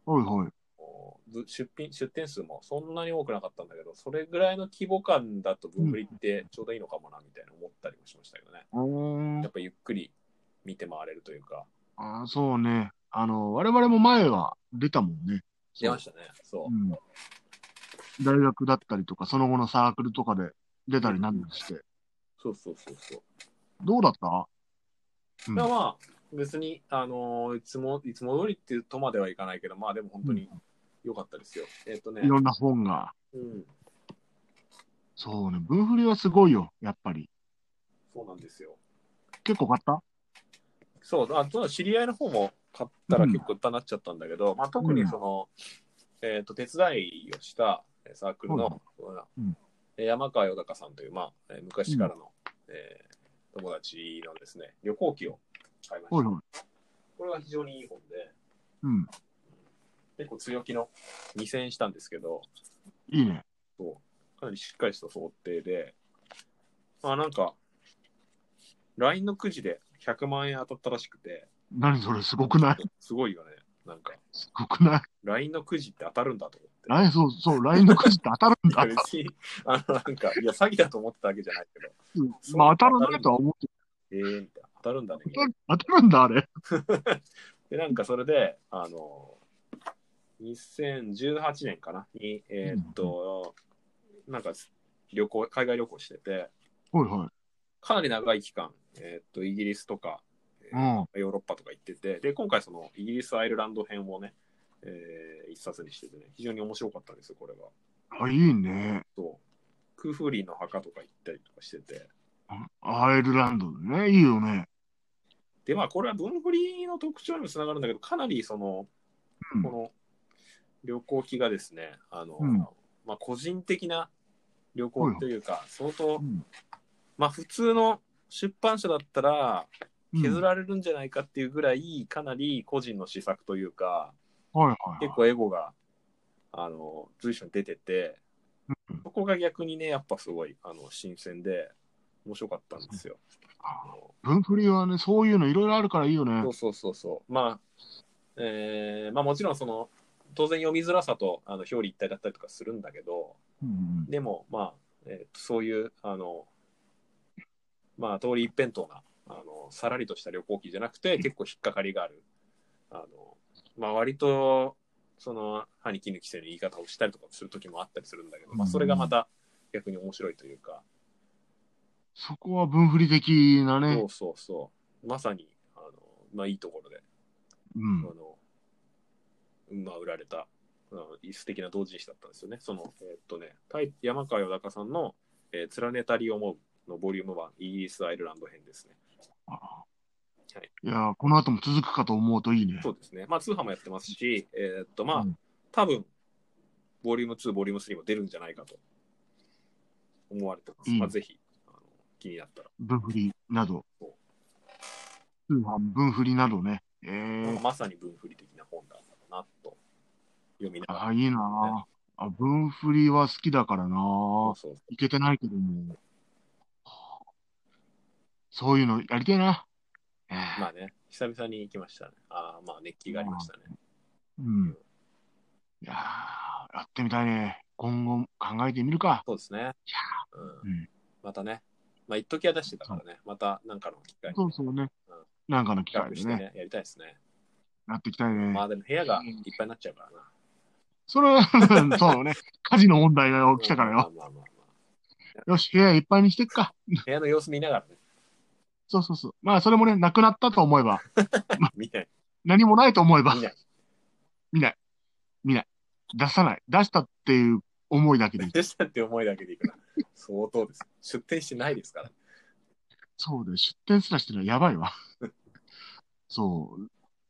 出店数もそんなに多くなかったんだけど、それぐらいの規模感だと分振りってちょうどいいのかもなみたいな思ったりもしましたけどね。やっぱゆっくり見て回れるというか。 そうね。我々も前は出たもんね。 出ましたね。そう。 大学だったりとか、その後のサークルとかで出たりなんして。 そう。 どうだった？ まあ、 別に、いつも通りっていうとまではいかないけど、まあでも本当に良かったですよ。 いろんな本が。 うん。 そうね、文振りはすごいよ、やっぱり。 そうなんですよ。 結構買った？ そう、知り合いの方も買ったら結構歌になっちゃったんだけど、まあ特にその、手伝いをしたサークルの、山川よだかさんという、まあ、昔からの、友達のですね、旅行記を買いました。これは非常にいい本で、結構強気の2000円したんですけど、 いいね。 そう、かなりしっかりした想定で、まあなんか、LINE のくじで100万円当たったらしくて。 何それ、すごくない？ すごいよね。なんか。 すごくない？ LINE のくじって当たるんだと思って。 LINE のくじって当たるんだ。 いや別に、なんか、いや、詐欺だと思ったわけじゃないけど。 まあ当たらないとは思ってる。みたいな。当たるんだね。 当たるんだ、あれ。 で、なんかそれで、2018年かなに、なんか海外旅行してて、かなり長い期間、イギリスとか、ヨーロッパとか行ってて、で、今回そのイギリス・アイルランド編をね、一冊にしててね、非常に面白かったんですよ、これが。 あ、いいね。 そう。クーフーリーの墓とか行ったりとかしてて。 アイルランドでね、いいよね。 で、まあ、これは文振りの特徴にもつながるんだけど、かなりその、この旅行記がですね、まあ、個人的な旅行というか、相当、まあ、普通の出版社だったら削られるんじゃないかっていうぐらい、かなり個人の施策というか、結構エゴが随所に出てて、そこが逆にね、やっぱすごい新鮮で面白かったんですよ。 文振りはね、そういうのいろいろあるからいいよね。 そう。まあ、まあもちろんその当然読みづらさと表裏一体だったりとかするんだけど、でもまあ、そういうまあ通り一辺倒なさらりとした旅行記じゃなくて結構引っかかりがあるまあ割とその歯に衣着せぬ言い方をしたりとかする時もあったりするんだけど、まあそれがまた逆に面白いというか、 そこは文振り的なね。 そうまさにまあいいところで、まあ売られた素敵な同人誌だったんですよね。その山川よだかさんの連ねたり思うのボリューム1イギリスアイルランド編ですね。 いや、この後も続くかと思うといいね。 そうですね。まあ通販もやってますし、まあ、多分ボリューム2ボリューム3も出るんじゃないかと思われてます。まあぜひ気になったら。 文振りなど。通販文振りなどね。 まさに文振り的な本だったなと読みながら。 いいなぁ。文振りは好きだからなぁ。いけてないけども。そういうのやりたいな。 まあね、久々に行きましたね。まあ熱気がありましたね。 いやー、やってみたいね。今後考えてみるか。 そうですね。またね、まあ一時は出してたからね、またなんかの機会に。 そうね。なんかの機会でね。 やりたいですね。 やっていきたいね。 まあでも部屋がいっぱいになっちゃうからな。 それは、そうね。火事の問題が起きたからよ。よし、部屋いっぱいにしてっか。 部屋の様子見ながらね。 そう。まあ、それもね、なくなったと思えば。 見ない。 何もないと思えば。 見ない。 出さない。出したっていう思いだけでいい。 出したって思いだけでいくな。相当です。出店してないですから。 そうで、出店すらしてるのはやばいわ。そう。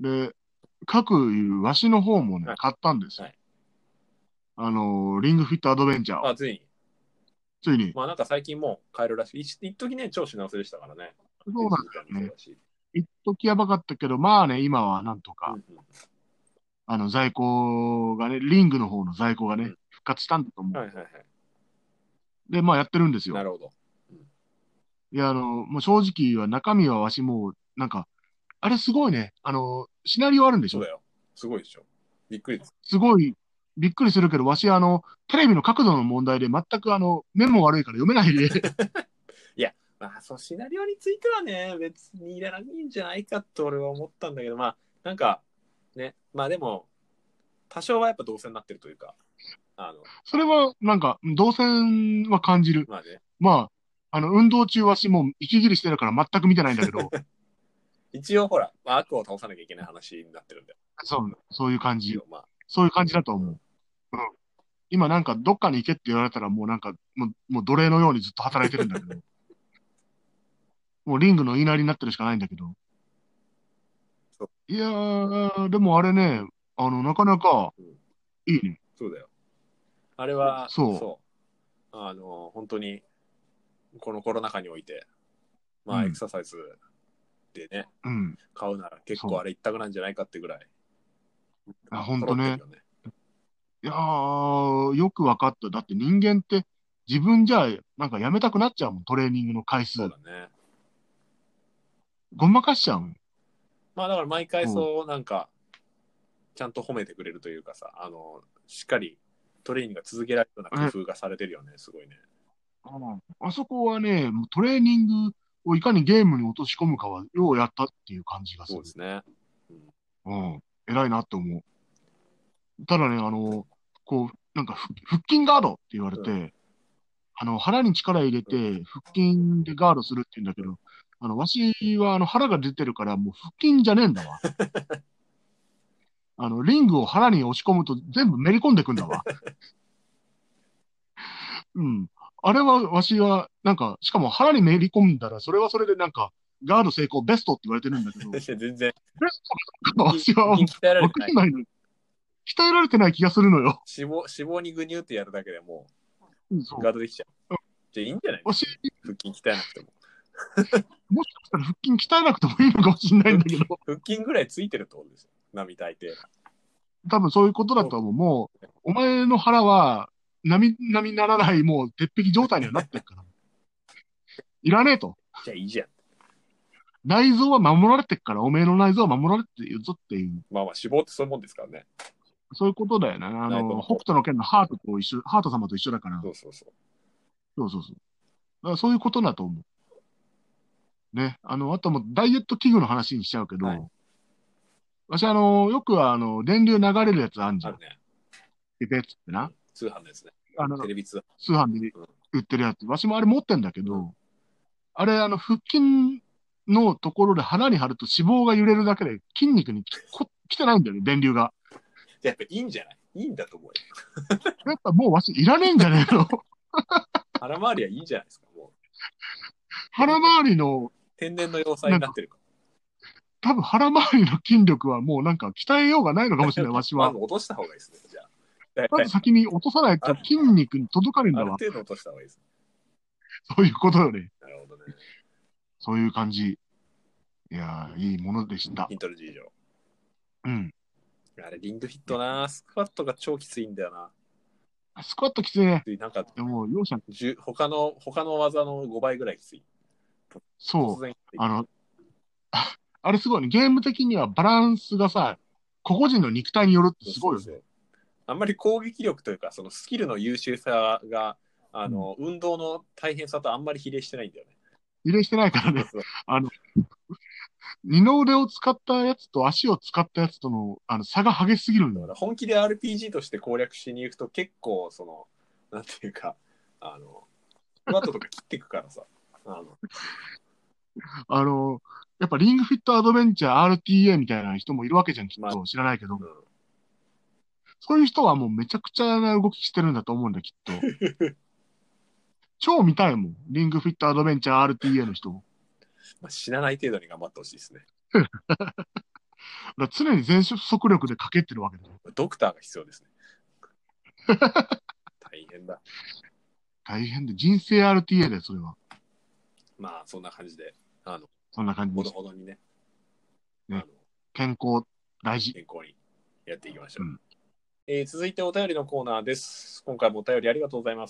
で、各いうわしの方もね、買ったんですよ。リングフィットアドベンチャー。 ついに。まあなんか最近もう買えるらしい。一時ね、超品薄でしたからね。 そうなんだよね。一時やばかったけど、まあね、今はなんとか、在庫がね、リングの方の在庫がね、復活したんだと思う。で、まあやってるんですよ。 なるほど。 いや、もう正直は中身はわしもう、なんか、あれすごいね。シナリオあるんでしょ？ そうだよ。すごいでしょ。びっくりです。 すごい、びっくりするけど、わしテレビの角度の問題で全く目も悪いから読めないで。 いや、まあ、シナリオについてはね、別にいらないんじゃないかと俺は思ったんだけど、まあ、なんか、ね、まあでも、多少はやっぱ動線になってるというか、 それは、なんか、動線は感じる。 まあね。 まあ、運動中わしもう息切りしてるから全く見てないんだけど、 一応ほら、まあ、悪を倒さなきゃいけない話になってるんだよ。 そういう感じ。 まあ、 そういう感じだと思う。今なんかどっかに行けって言われたらもうなんか、もう奴隷のようにずっと働いてるんだけど。もうリングの言いなりになってるしかないんだけど。いやー、でもあれね、なかなかいいね。 そうだよ。あれは、 そう。 本当に、このコロナ禍において、まあ、エクササイズでね、買うなら結構あれ一択なんじゃないかってぐらい。 ほんとね。いやー、よくわかった。だって人間って自分じゃなんかやめたくなっちゃうもん、トレーニングの回数。 そうだね。 ごまかしちゃうもん。 まあだから毎回そうなんか、ちゃんと褒めてくれるというかさ、しっかりトレーニングが続けられるような工夫がされてるよね、すごいね。 あそこはね、トレーニングをいかにゲームに落とし込むかは、ようやったっていう感じがする。 そうですね。 偉いなって思う。ただね、こう、なんか腹筋ガードって言われて、腹に力入れて、腹筋でガードするって言うんだけど、わしは腹が出てるから、もう腹筋じゃねえんだわ。リングを腹に押し込むと全部めり込んでくんだわ。あれは、わしは、なんか、しかも腹にめり込んだら、それはそれでなんか、ガード成功ベストって言われてるんだけど。 全然。 ベストかわしは、 鍛えられてない。 鍛えられてない気がするのよ。 脂肪にグニュってやるだけでもう、ガードできちゃう。じゃあいいんじゃないの？腹筋鍛えなくても。 もしかしたら腹筋鍛えなくてもいいのかもしれないんだけど。 腹筋ぐらいついてるってことですよ。並大抵。 多分そういうことだと思う。もう、お前の腹は、並ならない、もう、鉄壁状態にはなってるから。いらねえと。 じゃあいいじゃん。 内臓は守られてるから、おめえの内臓は守られてるぞっていう。 まあまあ、脂肪ってそういうもんですからね。 そういうことだよね。北斗の拳のハート様と一緒だから。 そうそうそう。 だからそういうことだと思う。ね。あともダイエット器具の話にしちゃうけど、私よく電流流れるやつあんじゃん。 あるね。 ピペッつってな。 通販ですね。テレビ通販で売ってるやつ。わしもあれ持ってんだけど、あれ腹筋のところで腹に貼ると脂肪が揺れるだけで筋肉に来てないんだよね、電流が。 やっぱいいんじゃない？いいんだと思うよ。 やっぱもうわしいらねえんじゃねえの？ 腹回りはいいんじゃないですか、もう。 腹回りの。 天然の要塞になってるから。 多分腹回りの筋力はもうなんか鍛えようがないのかもしれない、わしは。 まず落とした方がいいですね、じゃあ。 まず先に落とさないと筋肉に届かねえんだわ。 ある程度落とした方がいいです。 そういうことよね。 なるほどね。 そういう感じ。いやー、いいものでした。 筋トレ事情。 あれ、リングフィットな、スクワットが超きついんだよな。 スクワットきついね。 なんか、 でも、容赦他の技の5倍ぐらいきつい。 そう。あれすごいね。ゲーム的にはバランスがさ、個々人の肉体によるってすごいよね。そうあんまり攻撃力というか、そのスキルの優秀さが、運動の大変さとあんまり比例してないんだよね。 比例してないからね。二の腕を使ったやつと足を使ったやつとの、差が激しすぎるんだよ。 本気で RPG として攻略しに行くと結構、なんていうか、スクワットとか切っていくからさ。 やっぱリングフィットアドベンチャー RTA みたいな人もいるわけじゃん、きっと。知らないけど。そういう人はもうめちゃくちゃな動きしてるんだと思うんだ、きっと。超見たいもん。リングフィットアドベンチャー RTA の人も。 死なない程度に頑張ってほしいですね。 だ常に全速力でかけてるわけだよ。 ドクターが必要ですね。大変だ。 大変で。人生 RTA だよ、それは。 まあ、そんな感じで。 そんな感じほどほどにね。 健康、大事。 健康にやっていきましょう。続いてお便りのコーナーです。今回もお便りありがとうございます。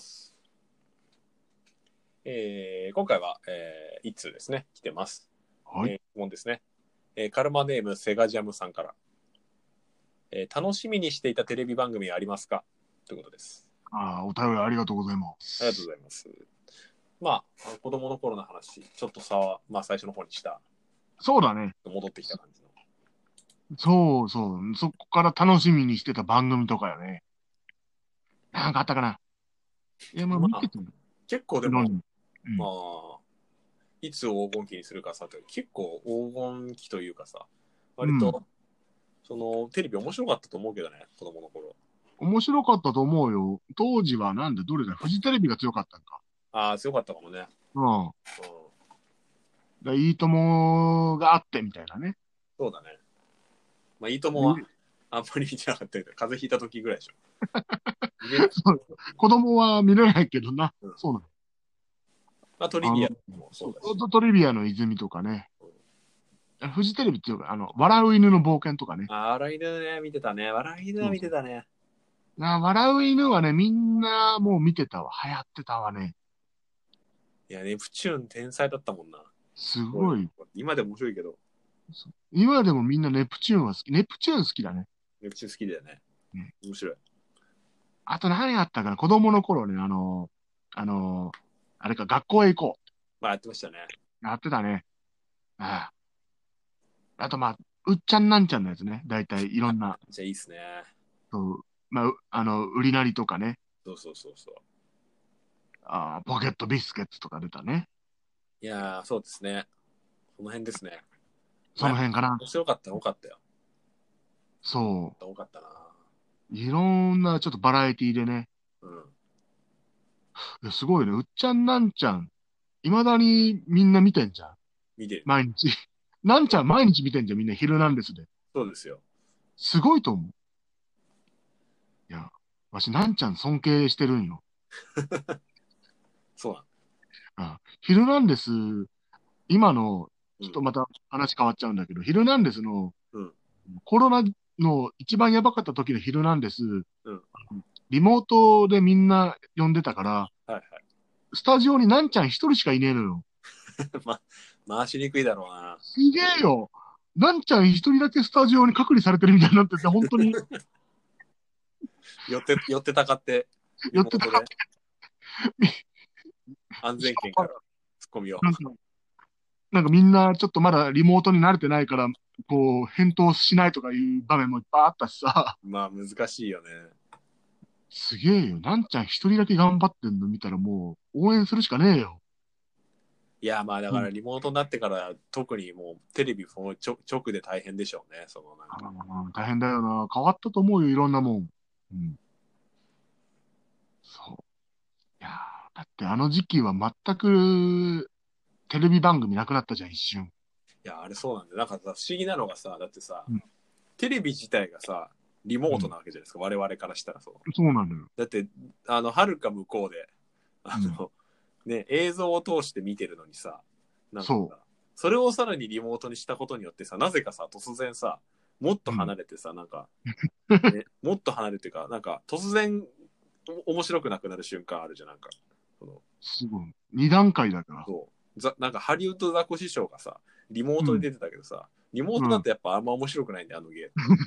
今回は、1通ですね。来てます。 はい。 質問ですね。カルマネームセガジャムさんから。楽しみにしていたテレビ番組はありますか？ということです。 お便りありがとうございます。 ありがとうございます。まあ、子供の頃の話、ちょっとまあ最初の方にした。 そうだね。 戻ってきた感じの。 そうそう。そこから楽しみにしてた番組とかよね。なんかあったかな。いや、まあ見てても。 結構でも、まあ、 いつ黄金期にするかさ、結構黄金期というかさ、割と、そのテレビ面白かったと思うけどね、子供の頃。 面白かったと思うよ。当時はなんでどれだフジテレビが強かったんか。 ああ、強かったかもね。 うん。 うん、 いいともがあってみたいなね。 そうだね。まあ、いいともはあんまり見てなかったけど、風邪ひいた時ぐらいでしょ。 そう子供は見れないけどな。そうなの。 まあ、トリビアもそうだし。 トリビアの泉とかね。フジテレビっていうか、笑う犬の冒険とかね。 笑い犬ね、見てたね。笑い犬は見てたね。 笑う犬はね、みんなもう見てたわ。流行ってたわね。 いや、ネプチューン天才だったもんな。 すごい。 今でも面白いけど。 今でもみんなネプチューンは好き。ネプチューン好きだね。 ネプチューン好きだよね。面白い。 あと何あったかな子供の頃ね、あれか、学校へ行こまあ、やってましたね。 う。やってたね。あと、まあ、うっちゃんなんちゃんのやつね。だいたいいろんな。 じゃあいいっすね。 そうまあ、売りなりとかね。 そうそうそうそう。 ポケットビスケッツとか出たね。 いやー、そうですね。この辺ですね。 その辺かな。 面白かったの多かったよ。 そ多かったな。 う。いろんなちょっとバラエティでね。 うん。 いやすごいね。うっちゃんなんちゃん。未だにみんな見てんじゃん。 見てる。 毎日。なんちゃん毎日見てんじゃん。みんなヒルナンデスで。 そうですよ。 すごいと思う。いや、わしなんちゃん尊敬してるんよ。 そうなんヒルナンデス、今の、ちょっとまた話変わっちゃうんだけど、ヒルナンデスの、コロナの一番やばかった時のヒルナンデス、リモートでみんな呼んでたから、 はいはい。 スタジオになんちゃん一人しかいねえのよ。 回しにくいだろうな。 すげえよ。なんちゃん一人だけスタジオに隔離されてるみたいになってて、本当に。 寄ってたかって。 寄ってたかって。 安全圏からツッコミを。 なんかみんなちょっとまだリモートに慣れてないから、こう、返答しないとかいう場面もいっぱいあったしさ。 まあ難しいよね。 すげえよ。なんちゃん一人だけ頑張ってんの見たらもう応援するしかねえよ。 いやまあだからリモートになってから特にもうテレビも直で大変でしょうね。そのなんか大変だよな。変わったと思うよ、いろんなもん。うん。そう。いやーだってあの時期は全くテレビ番組なくなったじゃん、一瞬。 いやあれそうなんだよ。なんかさ不思議なのがさ、だってさ、 うんテレビ自体がさリモートなわけじゃないですか、我々からしたらそう。 そうなんだよ。 だって遥か向こうでね、映像を通して見てるのにさ、なんかさそれをさらにリモートにしたことによってさ、なぜかさ突然さもっと離れてさ、なんか、ね、もっと離れてかなんか突然面白くなくなる瞬間あるじゃん。なんかすごい。二段階だから。 そうなんかハリウッドザコシショウがさリモートで出てたけどさ、リモートだとやっぱあんま面白くないんだよ、あのゲ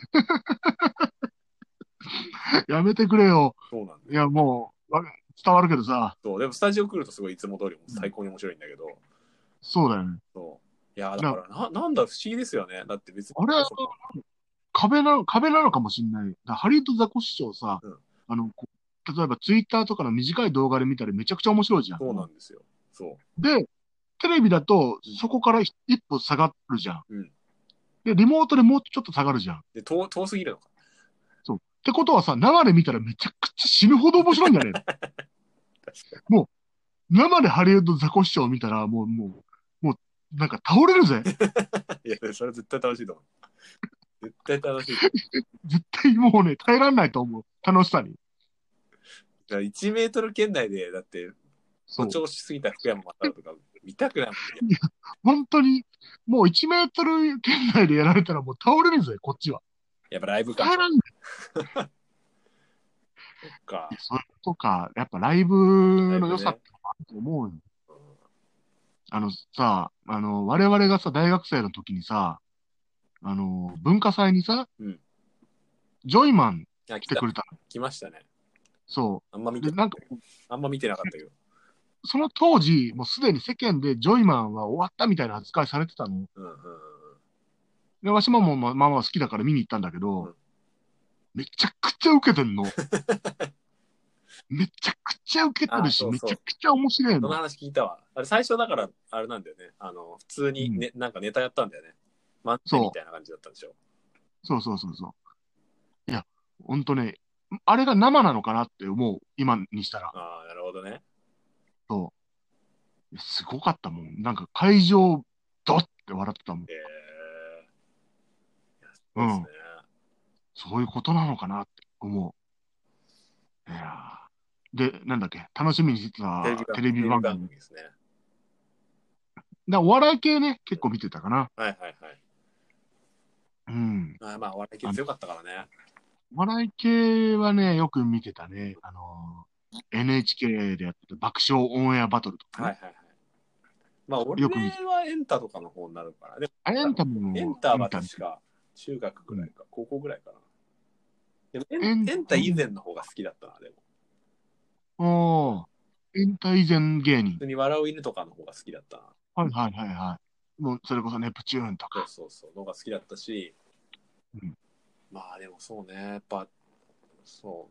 ーやめてくれよ。 そうなんだよ。 いや、もう、伝わるけどさ。 そう、でもスタジオ来るとすごいいつも通りも最高に面白いんだけど。 そうだよね。 そう。いや、だからなんだ不思議ですよね。だって別に。 あれ、壁なのかもしんない。ハリウッドザコシショウさ、例えばツイッターとかの短い動画で見たらめちゃくちゃ面白いじゃん。 そうなんですよ。そう。 で、テレビだとそこから一歩下がるじゃん。 うん。で、 リモートでもうちょっと下がるじゃん。 で、遠すぎるのか。 そう。ってことはさ、生で見たらめちゃくちゃ死ぬほど面白いんだね。もう、生でハリウッドザコシショウを見たら、もう、なんか倒れるぜ。 いや、それ絶対楽しいと思う。絶対楽しい。 絶対もうね、耐えられないと思う。楽しさに。 だから1メートル圏内で、だって、誇張しすぎた福山雅治とか見たくないもんね。 いや、本当に、もう1メートル圏内でやられたらもう倒れるぜ、こっちは。 やっぱライブ感。 耐えらんない。 そっか。 そういうことか。やっぱライブの良さってあると思うよ。我々がさ、大学生の時にさ、文化祭にさ、ジョイマン来てくれたの。 来ましたね。 そう。 あんま見てなかったけど。 その当時、もうすでに世間でジョイマンは終わったみたいな扱いされてたの。で、わしもまあまあ好きだから見に行ったんだけど、めちゃくちゃ受けてんの。 めちゃくちゃ受けてるし、 そうそうめちゃくちゃ面白いの。 その話聞いたわ。あれ最初だから、あれなんだよね。普通にね、なんかネタやったんだよね。漫才みたいな感じだったんでしょ。 そうそうそうそう。いや、ほんとね、あれが生なのかなって思う、今にしたら。 ああ、なるほどね。 そう。すごかったもん。なんか会場、ドッって笑ってたもん。 いやそうですね。 そういうことなのかなって思う。いやで、なんだっけ、楽しみにしてたテレビ番組。 ですね。 お笑い系ね、結構見てたかな。 はいはいはい。 うん。 まあ、お笑い系強かったからね。 お笑い系はね、よく見てたね。NHK でやってた爆笑オンエアバトルとかね。 はいはいはい。まあ、俺はエンタとかの方になるからね。 エンタも。 エンタは確か中学ぐらいか、高校ぐらいかな。でもエンタ以前の方が好きだったな、でも。エンタ以前芸人普。通に笑う犬とかの方が好きだったな。 はいはいはいはい。もう、それこそネプチューンとか。 のが好きだったし、 うん、 まあでもそうね、やっぱ、そう。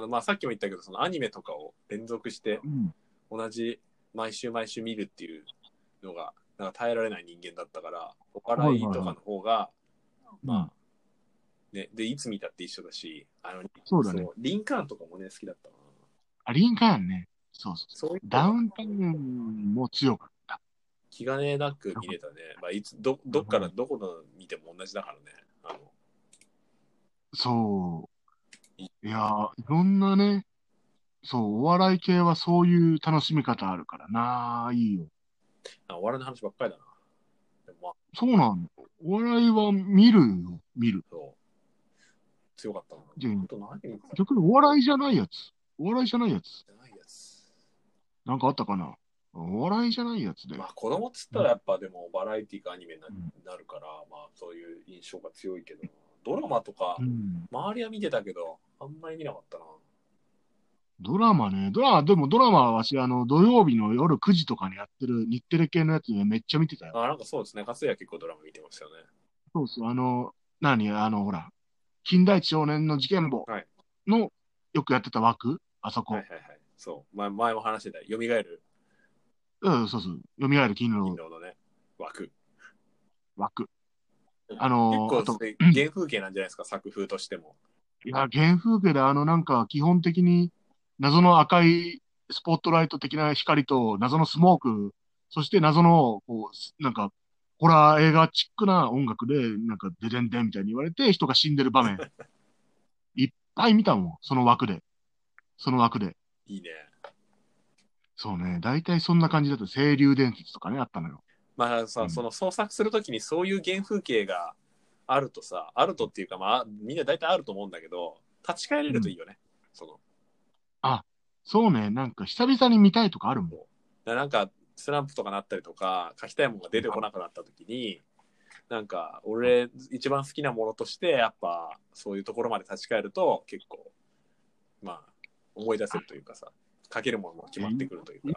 まあさっきも言ったけど、そのアニメとかを連続して、同じ毎週毎週見るっていうのが、なんか耐えられない人間だったから、お笑いとかの方が、まあ、ね、で、いつ見たって一緒だし、 そうだね。 リンカーンとかもね、好きだったな。 リンカーンね。そうそう。 そういうダウンタウンも強かった。 気兼ねなく見れたね。まあ、どっからどこの見ても同じだからね。 そう。いやいろんなね、そう、お笑い系はそういう楽しみ方あるからな、いいよ。 お笑いの話ばっかりだな。でもまあ、 そうなんだ。お笑いは見るよ、見る。 そう強かったな。あと何逆にお笑いじゃないやつ。お笑いじゃないやつ。なんかあったかな。お笑いじゃないやつで。 まあ子供っつったらやっぱでもバラエティかアニメになるから、まあそういう印象が強いけど、ドラマとか、周りは見てたけど、あんまり見なかったな。 ドラマね。でもドラマはわし、土曜日の夜9時とかにやってる日テレ系のやつめっちゃ見てたよ。 なんかそうですね。かつや結構ドラマ見てましたよね。 そうそう。ほら、金田一少年の事件簿の、よくやってた枠あそこ。 はいはいはい。そう。前も話してた。蘇る。 そうそう。蘇る金のね。枠。結構原風景なんじゃないですか、作風としても。 いや、原風景でなんか基本的に謎の赤いスポットライト的な光と謎のスモーク、そして謎の、なんか、ホラー映画チックな音楽で、なんか、デデンデンみたいに言われて、人が死んでる場面。いっぱい見たもん、その枠で。 いいね。 そうね、大体そんな感じだと、清流伝説とかね、あったのよ。 まあさ、その創作するときにそういう原風景があるとっていうか、まあ、みんな大体あると思うんだけど、立ち返れるといいよね。 そうね、なんか久々に見たいとかあるもん。 なんか、スランプとかなったりとか、書きたいものが出てこなくなったときに、なんか、俺、一番好きなものとして、やっぱ、そういうところまで立ち返ると、結構、まあ、思い出せるというかさ、書けるものも決まってくるというか。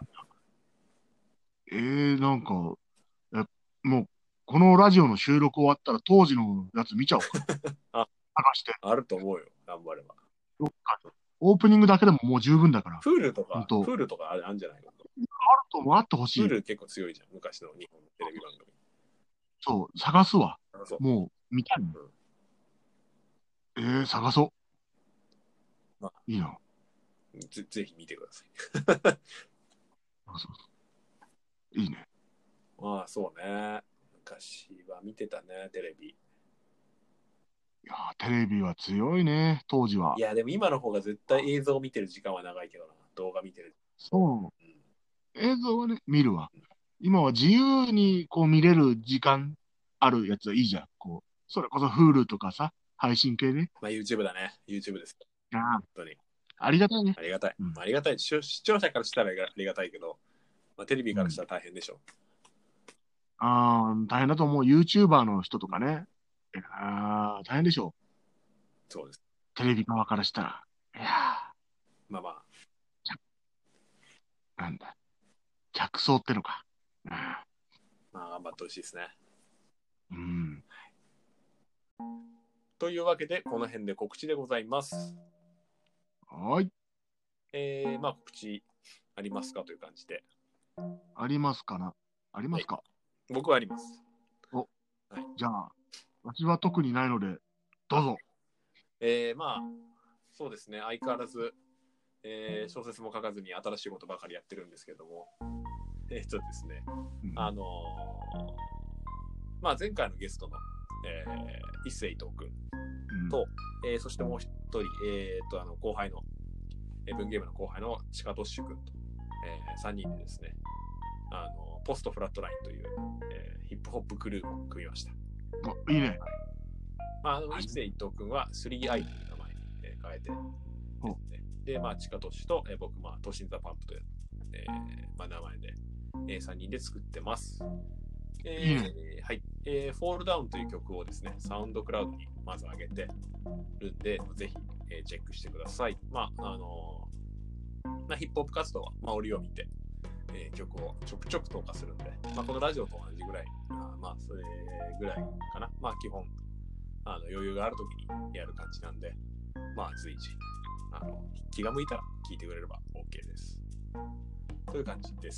なんか、もう、このラジオの収録終わったら当時のやつ見ちゃおうか。探して。 あると思うよ、頑張れば。 オープニングだけでももう十分だから。 プールとかあるんじゃないかな。 あってほしい。 プール結構強いじゃん、昔の日本のテレビ番組。 そう、探すわ。もう、見たい。探そう。いいな。 ぜひ見てください。いいね。 まあ、そうね。昔は見てたね、テレビ。 いやテレビは強いね、当時は。 いや、でも今の方が絶対映像を見てる時間は長いけどな、動画見てる。 そう。映像はね、見るわ。今は自由にこう見れる時間あるやつはいいじゃん。それこそ Hulu とかさ、配信系ね。 まあ YouTube だね。YouTube です。 本当に。 ありがたいね。 ありがたい。ありがたい。視聴者からしたらありがたいけど、まあ、テレビからしたら大変でしょ。 大変だと思う。YouTuber の人とかね。大変でしょ。 そうです。 テレビ側からしたら。 まあ。 なんだ。客層ってのか。 まあ、頑張ってほしいですね。というわけで、この辺で告知でございます。 はい。 まあ告知ありますかという感じで。 ありますかなありますか、 僕はあります。 じゃあ、私は特にないので、どうぞ。 まあ、そうですね、相変わらず、小説も書かずに新しいことばかりやってるんですけども、ですね、まあ、前回のゲストの、一世伊藤君と、そしてもう一人、後輩の、文ゲームの後輩のチカトッシュ君と、3人でですね、ポストフラットラインという、ヒップホップクルーを組みました。 いいね。 まあ、一世伊藤君は 3i という名前に変えて、で、まあ、チカトッシュと、僕、トシンザパンプという、まあ、名前で、3人で作ってます。はい。フォールダウンという曲をですね、サウンドクラウドにまず上げてるんで、ぜひ、チェックしてください。まあ、ヒップホップ活動は、まあ、折を見て、曲をちょくちょく投下するんで、まあ、このラジオと同じぐらい、まあ、それぐらいかな。まあ、基本、余裕があるときにやる感じなんで、まあ、随時、気が向いたら聞いてくれれば OK です。という感じです。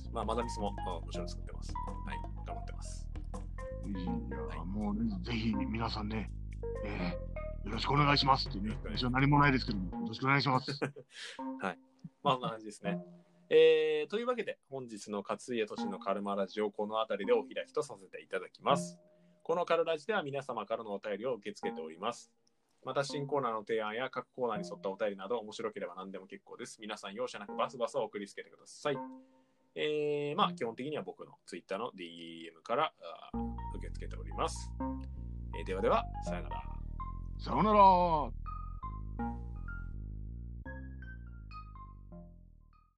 まあ、マダミスももちろん作ってます。はい、頑張ってます。 いや、もう、ね、ぜひ皆さんね、よろしくお願いしますってね。一応何もないですけども、よろしくお願いします。 はい。まあ、そんな感じですね。というわけで、本日の勝家俊のカルマラジオ、この辺りでお開きとさせていただきます。このカルラジでは皆様からのお便りを受け付けております。また新コーナーの提案や各コーナーに沿ったお便りなど面白ければ何でも結構です。皆さん容赦なくバスバスを送りつけてください。まあ基本的には僕の Twitter の DM から受け付けております。ではでは、さよなら。 さよなら。